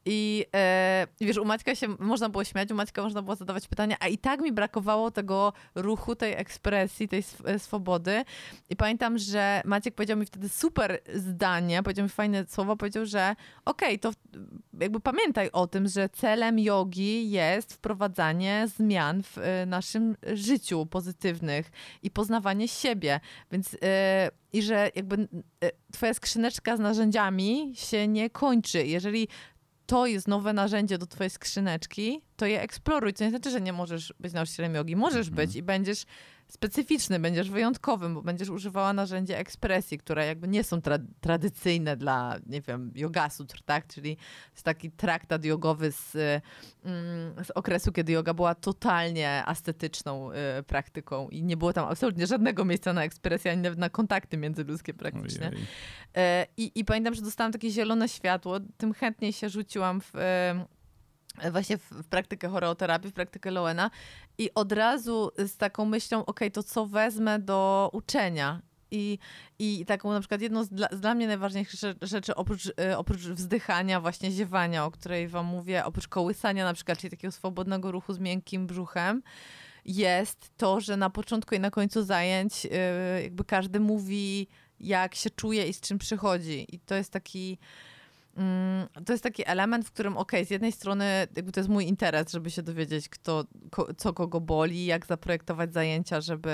Speaker 1: I e, wiesz, u Maćka się można było śmiać, u Maćka można było zadawać pytania, a i tak mi brakowało tego ruchu, tej ekspresji, tej sw- swobody. I pamiętam, że Maciek powiedział mi wtedy super zdanie, powiedział mi fajne słowo, powiedział, że okej, okay, to jakby pamiętaj o tym, że celem jogi jest wprowadzanie zmian w y, naszym życiu pozytywnych i poznawanie siebie. Więc y, i że jakby y, twoja skrzyneczka z narzędziami się nie kończy. Jeżeli to jest nowe narzędzie do twojej skrzyneczki, to je eksploruj. To nie znaczy, że nie możesz być nauczycielem jogi. Możesz mhm. być i będziesz specyficzny, będziesz wyjątkowym, bo będziesz używała narzędzi ekspresji, które jakby nie są tra- tradycyjne dla, nie wiem, Yoga Sutr, tak? Czyli to jest taki traktat jogowy z, mm, z okresu, kiedy joga była totalnie ascetyczną y, praktyką i nie było tam absolutnie żadnego miejsca na ekspresję, ani nawet na kontakty międzyludzkie praktycznie. Y, i, I pamiętam, że dostałam takie zielone światło, tym chętniej się rzuciłam w... Y, właśnie w, w praktykę choreoterapii, w praktykę Lowena i od razu z taką myślą, okej, okay, to co wezmę do uczenia. I, i taką na przykład jedną z dla, z dla mnie najważniejszych rzeczy, oprócz, oprócz wzdychania, właśnie ziewania, o której wam mówię, oprócz kołysania na przykład, czyli takiego swobodnego ruchu z miękkim brzuchem, jest to, że na początku i na końcu zajęć yy, jakby każdy mówi, jak się czuje i z czym przychodzi. I to jest taki... To jest taki element, w którym okej, okay, z jednej strony jakby to jest mój interes, żeby się dowiedzieć, kto, ko, co kogo boli, jak zaprojektować zajęcia, żeby,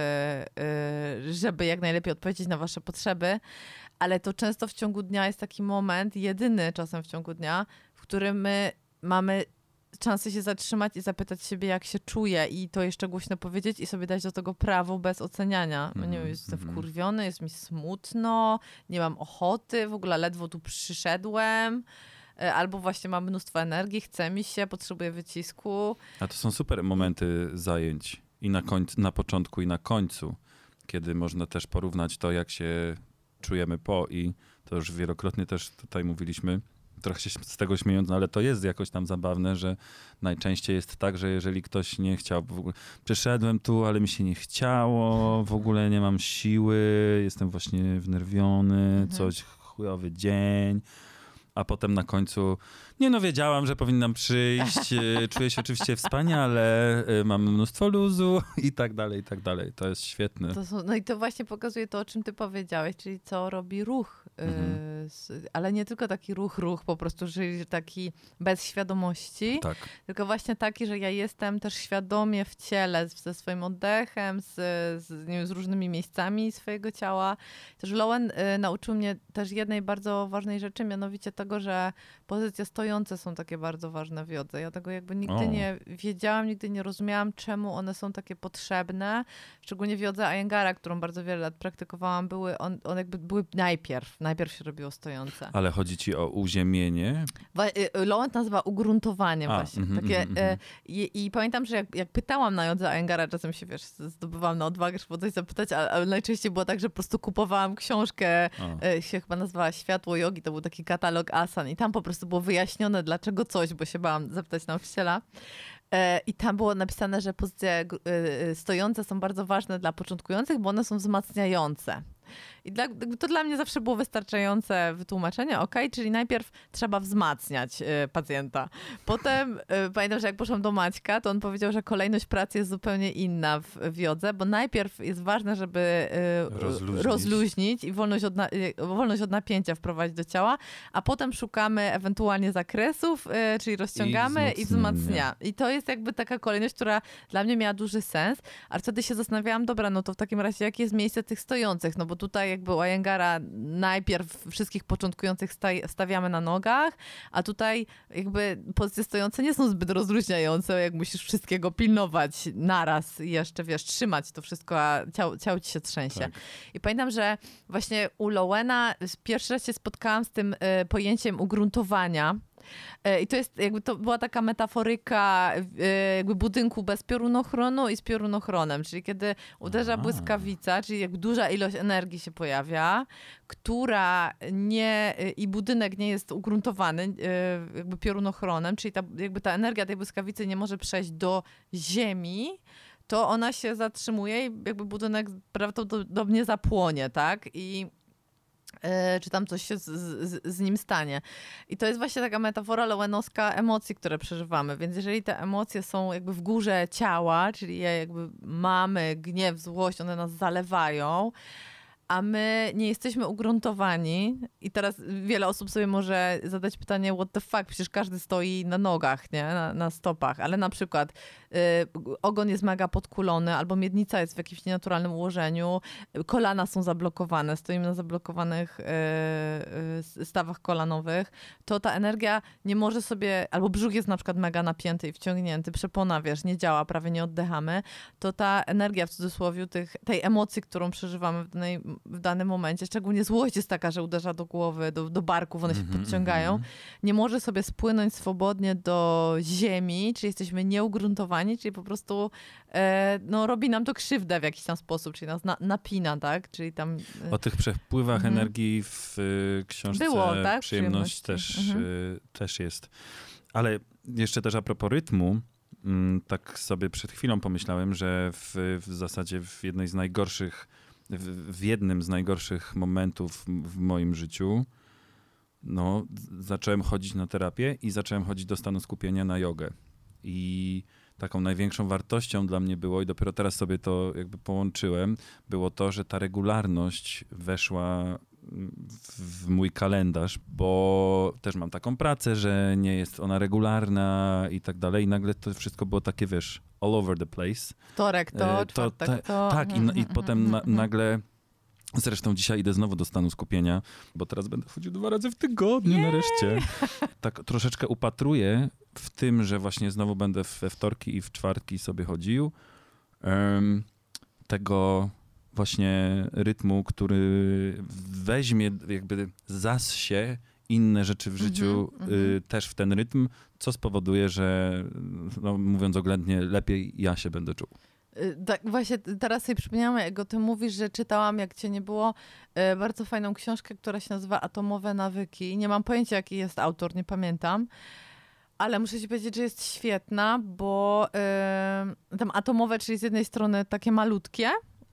Speaker 1: yy, żeby jak najlepiej odpowiedzieć na wasze potrzeby, ale to często w ciągu dnia jest taki moment, jedyny czasem w ciągu dnia, w którym my mamy szansę się zatrzymać i zapytać siebie, jak się czuję i to jeszcze głośno powiedzieć i sobie dać do tego prawo bez oceniania. Mm-hmm. Nie wiem, jestem wkurwiony, jest mi smutno, nie mam ochoty, w ogóle ledwo tu przyszedłem, albo właśnie mam mnóstwo energii, chce mi się, potrzebuję wycisku.
Speaker 2: A to są super momenty zajęć i na, końcu, na początku i na końcu, kiedy można też porównać to, jak się czujemy po i to już wielokrotnie też tutaj mówiliśmy, trochę się z tego śmiejąc, no ale to jest jakoś tam zabawne, że najczęściej jest tak, że jeżeli ktoś nie chciał, w ogóle przyszedłem tu, ale mi się nie chciało, w ogóle nie mam siły, jestem właśnie wnerwiony, mhm. coś, chujowy dzień, a potem na końcu, nie no wiedziałam, że powinnam przyjść, czuję się oczywiście wspaniale, mam mnóstwo luzu i tak dalej, i tak dalej. To jest świetne.
Speaker 1: To są, no i to właśnie pokazuje to, o czym ty powiedziałeś, czyli co robi ruch. Mhm. Y, ale nie tylko taki ruch, ruch po prostu, czyli taki bez świadomości,
Speaker 2: tak.
Speaker 1: tylko właśnie taki, że ja jestem też świadomie w ciele, ze swoim oddechem, z, z, nie wiem, z różnymi miejscami swojego ciała. Też Lowen y, nauczył mnie też jednej bardzo ważnej rzeczy, mianowicie tego, że pozycje stojące są takie bardzo ważne w jodze. Ja tego jakby nigdy o. nie wiedziałam, nigdy nie rozumiałam, czemu one są takie potrzebne. Szczególnie w jodze Iyengara, którą bardzo wiele lat praktykowałam, były on, one jakby były najpierw. Najpierw się robiło stojące.
Speaker 2: Ale chodzi ci o uziemienie?
Speaker 1: Lowen nazywa ugruntowaniem A, właśnie. Mm, takie, mm, mm. I, I pamiętam, że jak, jak pytałam na jodze Iyengara, czasem się, wiesz, zdobywałam na odwagę, żeby coś zapytać, ale, ale najczęściej było tak, że po prostu kupowałam książkę, o. się chyba nazywała Światło jogi, to był taki katalog asan i tam po prostu było wyjaśnione, dlaczego coś, bo się bałam zapytać nauczyciela. I tam było napisane, że pozycje stojące są bardzo ważne dla początkujących, bo one są wzmacniające. I dla, to dla mnie zawsze było wystarczające wytłumaczenie, ok, czyli najpierw trzeba wzmacniać y, pacjenta. Potem y, pamiętam, że jak poszłam do Maćka, to on powiedział, że kolejność pracy jest zupełnie inna w, w jodze, bo najpierw jest ważne, żeby y, rozluźnić. rozluźnić i wolność od, na, y, wolność od napięcia wprowadzić do ciała, a potem szukamy ewentualnie zakresów, y, czyli rozciągamy i, i wzmacnia. I to jest jakby taka kolejność, która dla mnie miała duży sens, ale wtedy się zastanawiałam, dobra, no to w takim razie jakie jest miejsce tych stojących, no bo tutaj jakby u Iyengara najpierw wszystkich początkujących stawiamy na nogach, a tutaj jakby pozycje stojące nie są zbyt rozluźniające, jak musisz wszystkiego pilnować naraz i jeszcze, wiesz, trzymać to wszystko, a ciało, ciało ci się trzęsie. Tak. I pamiętam, że właśnie u Lowena pierwszy raz się spotkałam z tym y, pojęciem ugruntowania. I to jest jakby to była taka metaforyka jakby budynku bez piorunochronu i z piorunochronem, czyli kiedy uderza błyskawica, czyli jakby duża ilość energii się pojawia, która nie, i budynek nie jest ugruntowany jakby piorunochronem, czyli ta, jakby ta energia tej błyskawicy nie może przejść do ziemi, to ona się zatrzymuje i jakby budynek prawdopodobnie zapłonie, tak? I czy tam coś się z, z, z nim stanie. I to jest właśnie taka metafora Lowenowska emocji, które przeżywamy. Więc jeżeli te emocje są jakby w górze ciała, czyli je jakby mamy gniew, złość, one nas zalewają, a my nie jesteśmy ugruntowani i teraz wiele osób sobie może zadać pytanie what the fuck, przecież każdy stoi na nogach, nie? Na, na stopach, ale na przykład y, ogon jest mega podkulony albo miednica jest w jakimś nienaturalnym ułożeniu, kolana są zablokowane, stoimy na zablokowanych y, y, stawach kolanowych, to ta energia nie może sobie, albo brzuch jest na przykład mega napięty i wciągnięty, przepona, wiesz, nie działa, prawie nie oddychamy, to ta energia w cudzysłowie tych, tej emocji, którą przeżywamy w danej w danym momencie, szczególnie złość jest taka, że uderza do głowy, do, do barków, one się mm-hmm, podciągają, mm-hmm. nie może sobie spłynąć swobodnie do ziemi, czyli jesteśmy nieugruntowani, czyli po prostu e, no, robi nam to krzywdę w jakiś tam sposób, czyli nas na, napina, tak? Czyli tam... E...
Speaker 2: O tych przepływach mm-hmm. energii w y, książce Było, tak? Przyjemność też, mm-hmm. y, też jest. Ale jeszcze też a propos rytmu, m, tak sobie przed chwilą pomyślałem, że w, w zasadzie w jednej z najgorszych W, w jednym z najgorszych momentów w moim życiu no, zacząłem chodzić na terapię i zacząłem chodzić do stanu skupienia na jogę. I taką największą wartością dla mnie było, i dopiero teraz sobie to jakby połączyłem, było to, że ta regularność weszła w, w mój kalendarz, bo też mam taką pracę, że nie jest ona regularna i tak dalej. I nagle to wszystko było takie, wiesz, all over the place.
Speaker 1: Wtorek to, czwartek to. to.
Speaker 2: Tak, i, i potem na, nagle... Zresztą dzisiaj idę znowu do stanu skupienia, bo teraz będę chodził dwa razy w tygodniu yeah. nareszcie. Tak troszeczkę upatruję w tym, że właśnie znowu będę we wtorki i w czwartki sobie chodził. Um, tego właśnie rytmu, który weźmie, jakby zassie inne rzeczy w życiu mm-hmm, y, też w ten rytm, co spowoduje, że no, mówiąc oględnie, lepiej ja się będę czuł.
Speaker 1: Tak, właśnie teraz sobie przypomniałam, jak o tym mówisz, że czytałam, jak cię nie było, bardzo fajną książkę, która się nazywa Atomowe nawyki. Nie mam pojęcia, jaki jest autor, nie pamiętam, ale muszę ci powiedzieć, że jest świetna, bo yy, tam atomowe, czyli z jednej strony takie malutkie,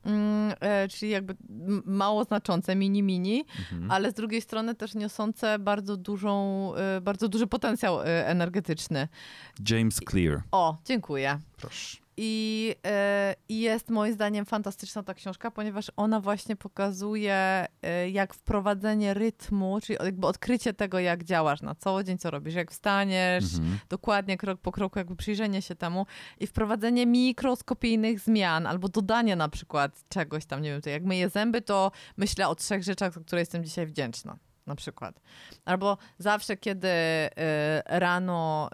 Speaker 1: Yy, czyli jakby mało znaczące, mini, mini, mhm. ale z drugiej strony też niosące bardzo dużą, yy, bardzo duży potencjał yy, energetyczny.
Speaker 2: James Clear.
Speaker 1: O, dziękuję.
Speaker 2: Proszę.
Speaker 1: I, y, jest moim zdaniem fantastyczna ta książka, ponieważ ona właśnie pokazuje, y, jak wprowadzenie rytmu, czyli jakby odkrycie tego, jak działasz na co dzień, co robisz, jak wstaniesz, mhm. dokładnie krok po kroku, jakby przyjrzenie się temu i wprowadzenie mikroskopijnych zmian albo dodanie na przykład czegoś tam, nie wiem, to jak myję zęby, to myślę o trzech rzeczach, za które jestem dzisiaj wdzięczna. Na przykład. Albo zawsze, kiedy y, rano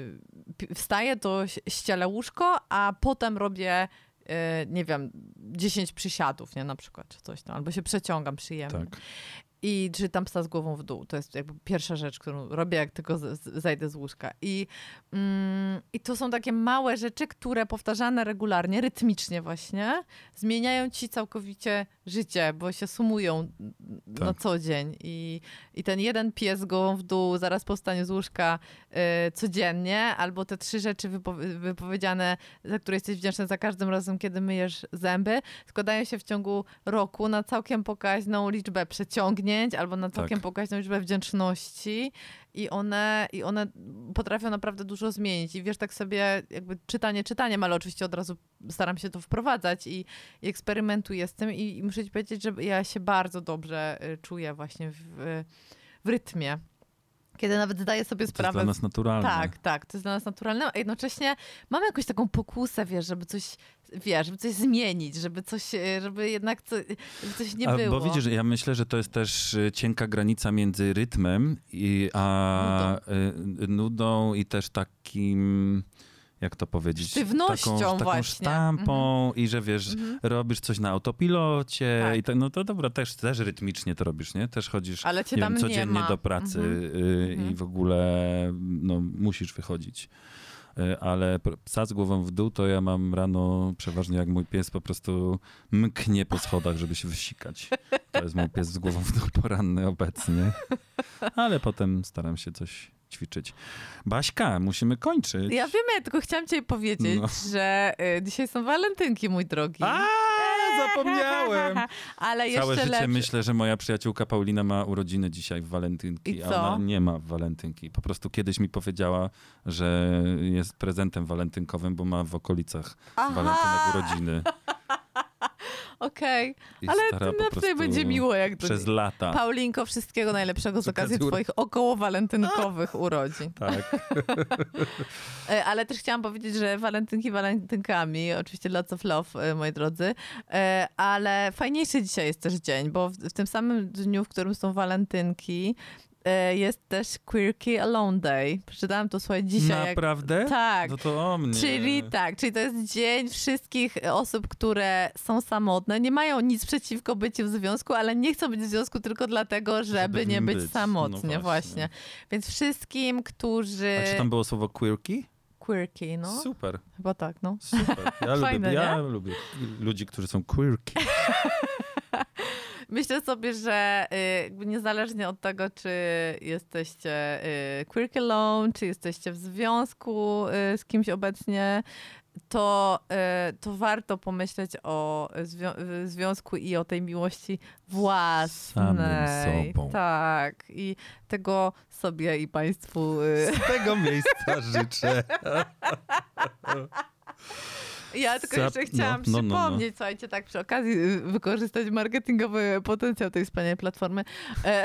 Speaker 1: y, wstaję, to ścielę łóżko, a potem robię, y, nie wiem, dziesięć przysiadów, nie? Na przykład, czy coś tam. Albo się przeciągam przyjemnie. Tak. I czytam psa z głową w dół. To jest jakby pierwsza rzecz, którą robię, jak tylko z, z, zajdę z łóżka. I, mm, I to są takie małe rzeczy, które powtarzane regularnie, rytmicznie właśnie, zmieniają ci całkowicie życie, bo się sumują tak. na co dzień. I, I ten jeden pies z głową w dół, zaraz po wstaniu z łóżka y, codziennie, albo te trzy rzeczy wypo- wypowiedziane, za które jesteś wdzięczny za każdym razem, kiedy myjesz zęby, składają się w ciągu roku na całkiem pokaźną liczbę przeciągnięć, albo na całkiem tak. pokaźną liczbę wdzięczności i one, i one potrafią naprawdę dużo zmienić. I wiesz, tak sobie jakby czytanie czytaniem, ale oczywiście od razu staram się to wprowadzać i, i eksperymentuję z tym i, i muszę ci powiedzieć, że ja się bardzo dobrze czuję właśnie w, w rytmie. Kiedy nawet zdaję sobie sprawę...
Speaker 2: To jest dla nas naturalne.
Speaker 1: Tak, tak, to jest dla nas naturalne, a jednocześnie mam jakąś taką pokusę, wiesz, żeby coś, wiesz, żeby coś zmienić, żeby coś, żeby jednak co, żeby coś nie
Speaker 2: a,
Speaker 1: było.
Speaker 2: Bo widzisz, ja myślę, że to jest też cienka granica między rytmem i, a nudą. nudą i też takim... jak to powiedzieć?
Speaker 1: Sztywnością
Speaker 2: taką, taką
Speaker 1: właśnie.
Speaker 2: sztampą
Speaker 1: mm-hmm.
Speaker 2: i że wiesz, mm-hmm. robisz coś na autopilocie
Speaker 1: tak.
Speaker 2: i tak, no to dobra, też, też rytmicznie to robisz, nie? Też chodzisz
Speaker 1: Ale cię
Speaker 2: nie
Speaker 1: tam
Speaker 2: wiem, codziennie
Speaker 1: nie ma.
Speaker 2: do pracy mm-hmm. y, i w ogóle no, musisz wychodzić. Y, ale psa z głową w dół to ja mam rano przeważnie jak mój pies po prostu mknie po schodach, żeby się wysikać. To jest mój pies z głową w dół poranny obecnie. Ale potem staram się coś ćwiczyć. Baśka, musimy kończyć.
Speaker 1: Ja wiem, ja tylko chciałam ci powiedzieć, no. że y, dzisiaj są walentynki, mój drogi.
Speaker 2: A, zapomniałem.
Speaker 1: Ale jeszcze
Speaker 2: Całe życie
Speaker 1: lepsze.
Speaker 2: myślę, że moja przyjaciółka Paulina ma urodziny dzisiaj w walentynki,
Speaker 1: I
Speaker 2: a
Speaker 1: co?
Speaker 2: ona nie ma w walentynki. Po prostu kiedyś mi powiedziała, że jest prezentem walentynkowym, bo ma w okolicach
Speaker 1: Aha.
Speaker 2: walentynek urodziny.
Speaker 1: Okej,
Speaker 2: I
Speaker 1: ale
Speaker 2: stara
Speaker 1: to
Speaker 2: po
Speaker 1: na
Speaker 2: prostu
Speaker 1: pewno będzie miło, jak to
Speaker 2: przez lata.
Speaker 1: Paulinko, wszystkiego najlepszego z
Speaker 2: Z
Speaker 1: okazji
Speaker 2: okazji uro-
Speaker 1: twoich około walentynkowych urodzin.
Speaker 2: Tak.
Speaker 1: E, Ale też chciałam powiedzieć, że walentynki walentynkami, oczywiście lots of love, e, moi drodzy, e, ale fajniejszy dzisiaj jest też dzień, bo w, w tym samym dniu, w którym są walentynki, e, jest też Quirky Alone Day. Przeczytałam to, słuchaj, dzisiaj.
Speaker 2: Naprawdę?
Speaker 1: Jak... Tak.
Speaker 2: No to o mnie.
Speaker 1: Czyli tak, czyli to jest dzień wszystkich osób, które są samotne, nie mają nic przeciwko byciu w związku, ale nie chcą być w związku tylko dlatego, żeby,
Speaker 2: Żeby w
Speaker 1: nie
Speaker 2: nim
Speaker 1: być
Speaker 2: być.
Speaker 1: samotnie,
Speaker 2: No właśnie.
Speaker 1: właśnie. Więc wszystkim, którzy...
Speaker 2: A czy tam było słowo quirky?
Speaker 1: Quirky, no.
Speaker 2: Super,
Speaker 1: Chyba tak, no.
Speaker 2: super. Ja,
Speaker 1: Fajne,
Speaker 2: lubię, ja
Speaker 1: nie?
Speaker 2: lubię ludzi, którzy są quirky.
Speaker 1: Myślę sobie, że y, jakby niezależnie od tego, czy jesteście y, quirky alone, czy jesteście w związku y, z kimś obecnie, to, y, to warto pomyśleć o zwią- związku i o tej miłości własnej.
Speaker 2: Samym sobą.
Speaker 1: Tak. I tego sobie i państwu... Y,
Speaker 2: Z tego miejsca życzę.
Speaker 1: Ja tylko
Speaker 2: Zap-
Speaker 1: jeszcze chciałam
Speaker 2: no, no, no, no.
Speaker 1: przypomnieć, słuchajcie, tak przy okazji y, wykorzystać marketingowy potencjał tej wspaniałej platformy. E,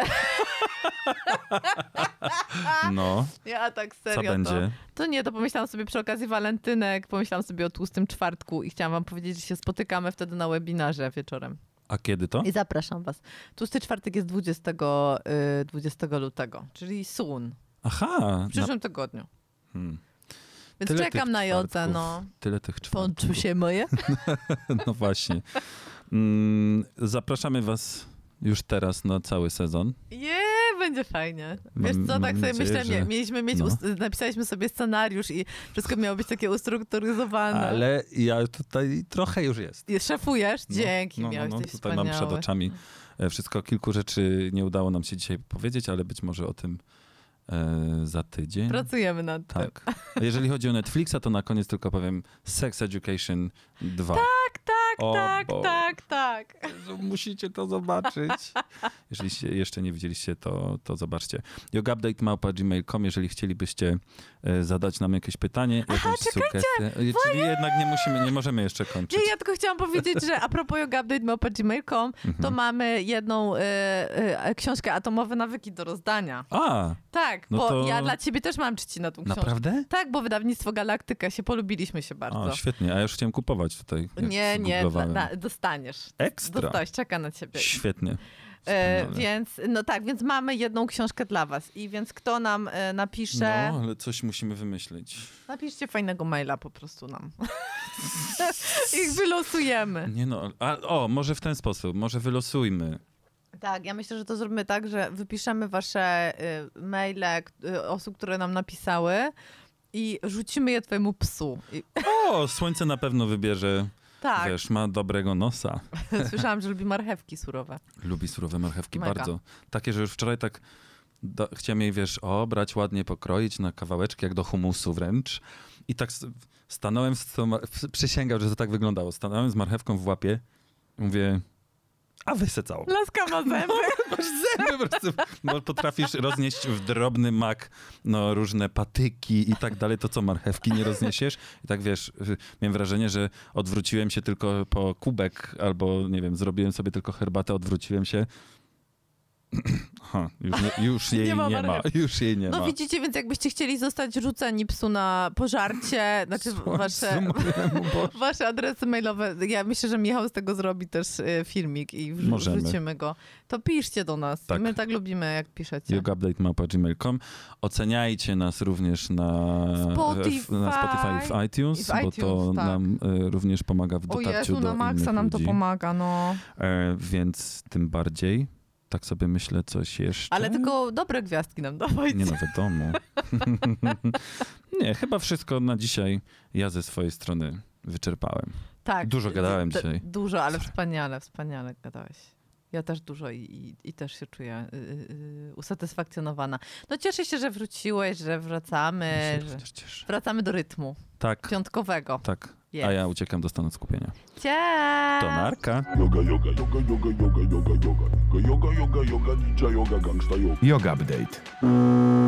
Speaker 2: No,
Speaker 1: ja tak
Speaker 2: co
Speaker 1: serio to,
Speaker 2: będzie?
Speaker 1: to nie, to pomyślałam sobie przy okazji walentynek, pomyślałam sobie o tłustym czwartku i chciałam wam powiedzieć, że się spotykamy wtedy na webinarze wieczorem.
Speaker 2: A kiedy to?
Speaker 1: I zapraszam was. Tłusty czwartek jest dwudziestego, y, dwudziestego lutego, czyli soon,
Speaker 2: Aha.
Speaker 1: w przyszłym tygodniu.
Speaker 2: Hmm.
Speaker 1: Więc
Speaker 2: Tyle
Speaker 1: czekam
Speaker 2: tych
Speaker 1: na Jodze,
Speaker 2: czwartków.
Speaker 1: no.
Speaker 2: Tyle tych
Speaker 1: Pączu
Speaker 2: czwartków.
Speaker 1: się moje.
Speaker 2: No właśnie. Mm, zapraszamy was już teraz na cały sezon.
Speaker 1: Je, będzie fajnie. Wiesz
Speaker 2: Mam-
Speaker 1: co, tak
Speaker 2: mam
Speaker 1: sobie
Speaker 2: nadzieję,
Speaker 1: myślę,
Speaker 2: że-
Speaker 1: mie- mieliśmy mieć,
Speaker 2: no.
Speaker 1: ust- napisaliśmy sobie scenariusz i wszystko miało być takie ustrukturyzowane.
Speaker 2: Ale ja tutaj trochę już jest.
Speaker 1: I szefujesz?
Speaker 2: No,
Speaker 1: Dzięki,
Speaker 2: no, no,
Speaker 1: miałeś
Speaker 2: no,
Speaker 1: coś
Speaker 2: tutaj mam przed
Speaker 1: wspaniałe.
Speaker 2: oczami e, wszystko. Kilku rzeczy nie udało nam się dzisiaj powiedzieć, ale być może o tym e, za tydzień.
Speaker 1: Pracujemy nad tym.
Speaker 2: Tak. A jeżeli chodzi o Netflixa, to na koniec tylko powiem Sex Education dwa.
Speaker 1: Tak, tak,
Speaker 2: O
Speaker 1: tak,
Speaker 2: Boże.
Speaker 1: tak, tak.
Speaker 2: Jezu, musicie to zobaczyć. Jeżeli się jeszcze nie widzieliście, to, to zobaczcie. yogaupdate małpa gmail kropka com, jeżeli chcielibyście e, zadać nam jakieś pytanie,
Speaker 1: Aha,
Speaker 2: jakąś sugestię. E, Czyli jednak nie musimy, nie możemy jeszcze kończyć.
Speaker 1: Nie, ja tylko chciałam powiedzieć, że a propos yogaupdate małpa gmail kropka com, to
Speaker 2: Mhm.
Speaker 1: mamy jedną y, y, książkę Atomowe nawyki do rozdania.
Speaker 2: A,
Speaker 1: Tak,
Speaker 2: No
Speaker 1: bo
Speaker 2: to-
Speaker 1: ja dla ciebie też mam czci na tą książkę.
Speaker 2: naprawdę?
Speaker 1: Tak, bo wydawnictwo Galaktyka się polubiliśmy się bardzo.
Speaker 2: O, świetnie. A ja już chciałem kupować tutaj. jak
Speaker 1: Nie, nie,
Speaker 2: zgooglowałem.
Speaker 1: na, na, dostaniesz.
Speaker 2: Ekstra.
Speaker 1: Dostałeś, czeka na ciebie.
Speaker 2: Świetnie.
Speaker 1: E,
Speaker 2: Wspaniale.
Speaker 1: więc, no tak, więc mamy jedną książkę dla was. I więc kto nam e, napisze,
Speaker 2: No, ale coś musimy wymyślić.
Speaker 1: napiszcie fajnego maila po prostu nam. Ich wylosujemy.
Speaker 2: Nie no, a, o, może w ten sposób, może wylosujmy.
Speaker 1: Tak, ja myślę, że to zrobimy tak, że wypiszemy wasze y, maile y, osób, które nam napisały i rzucimy je twojemu psu. I,
Speaker 2: O, słońce na pewno wybierze,
Speaker 1: tak,
Speaker 2: wiesz, ma dobrego nosa.
Speaker 1: słyszałam, że lubi marchewki surowe.
Speaker 2: Lubi surowe marchewki
Speaker 1: Mega.
Speaker 2: bardzo. Takie, że już wczoraj tak do, chciałem jej, wiesz, o, brać ładnie, pokroić na kawałeczki, jak do humusu wręcz. I tak s- stanąłem, z tą, mar- przysięgam, że to tak wyglądało. Stanąłem z marchewką w łapie i mówię, a wy se całą.
Speaker 1: Laska ma zęby.
Speaker 2: Masz zęby po prostu, bo potrafisz roznieść w drobny mak no, różne patyki i tak dalej, to co, marchewki nie rozniesiesz? I tak wiesz, y, miałem wrażenie, że odwróciłem się tylko po kubek, albo nie wiem, zrobiłem sobie tylko herbatę, odwróciłem się. Aha, już, nie, już jej
Speaker 1: Nie
Speaker 2: nie
Speaker 1: ma
Speaker 2: ma,
Speaker 1: marchewki.
Speaker 2: już jej nie
Speaker 1: No
Speaker 2: ma.
Speaker 1: widzicie, więc jakbyście chcieli zostać rzuceni psu na pożarcie, znaczy
Speaker 2: Słońcu
Speaker 1: wasze,
Speaker 2: mojemu, Boże.
Speaker 1: wasze adresy mailowe, ja myślę, że Michał z tego zrobi też y, filmik i wrzu-
Speaker 2: Możemy.
Speaker 1: wrzucimy go. To piszcie do nas.
Speaker 2: Tak.
Speaker 1: My tak lubimy, jak piszecie.
Speaker 2: yogaupdate małpa gmail kropka com. Oceniajcie nas również na
Speaker 1: Spotify.
Speaker 2: w, na Spotify i w iTunes,
Speaker 1: I w
Speaker 2: bo to
Speaker 1: iTunes, tak.
Speaker 2: nam y, również pomaga w
Speaker 1: O
Speaker 2: dotarciu
Speaker 1: Jezu,
Speaker 2: do
Speaker 1: na maksa
Speaker 2: innych
Speaker 1: nam to
Speaker 2: ludzi.
Speaker 1: pomaga, no.
Speaker 2: E, więc tym bardziej, tak sobie myślę, coś jeszcze.
Speaker 1: Ale tylko dobre gwiazdki nam dawajcie.
Speaker 2: Nie no, wiadomo. Nie, chyba wszystko na dzisiaj ja ze swojej strony wyczerpałem.
Speaker 1: Tak.
Speaker 2: Dużo gadałem
Speaker 1: D-
Speaker 2: dzisiaj.
Speaker 1: Dużo, ale
Speaker 2: Sorry.
Speaker 1: wspaniale, wspaniale gadałeś. Ja też dużo i, i, i też się czuję y, y, usatysfakcjonowana. No cieszę się, że wróciłeś, że wracamy,
Speaker 2: Ja się
Speaker 1: że
Speaker 2: również cieszę.
Speaker 1: wracamy do rytmu
Speaker 2: Tak,
Speaker 1: piątkowego.
Speaker 2: tak.
Speaker 1: Yes.
Speaker 2: a ja uciekam do stanu skupienia.
Speaker 1: Cześć!
Speaker 2: To narka.
Speaker 4: Yoga, yoga, yoga, yoga, yoga, yoga, yoga. Yoga, yoga, yoga, ninja yoga, gangsta yoga.
Speaker 3: Yoga Update.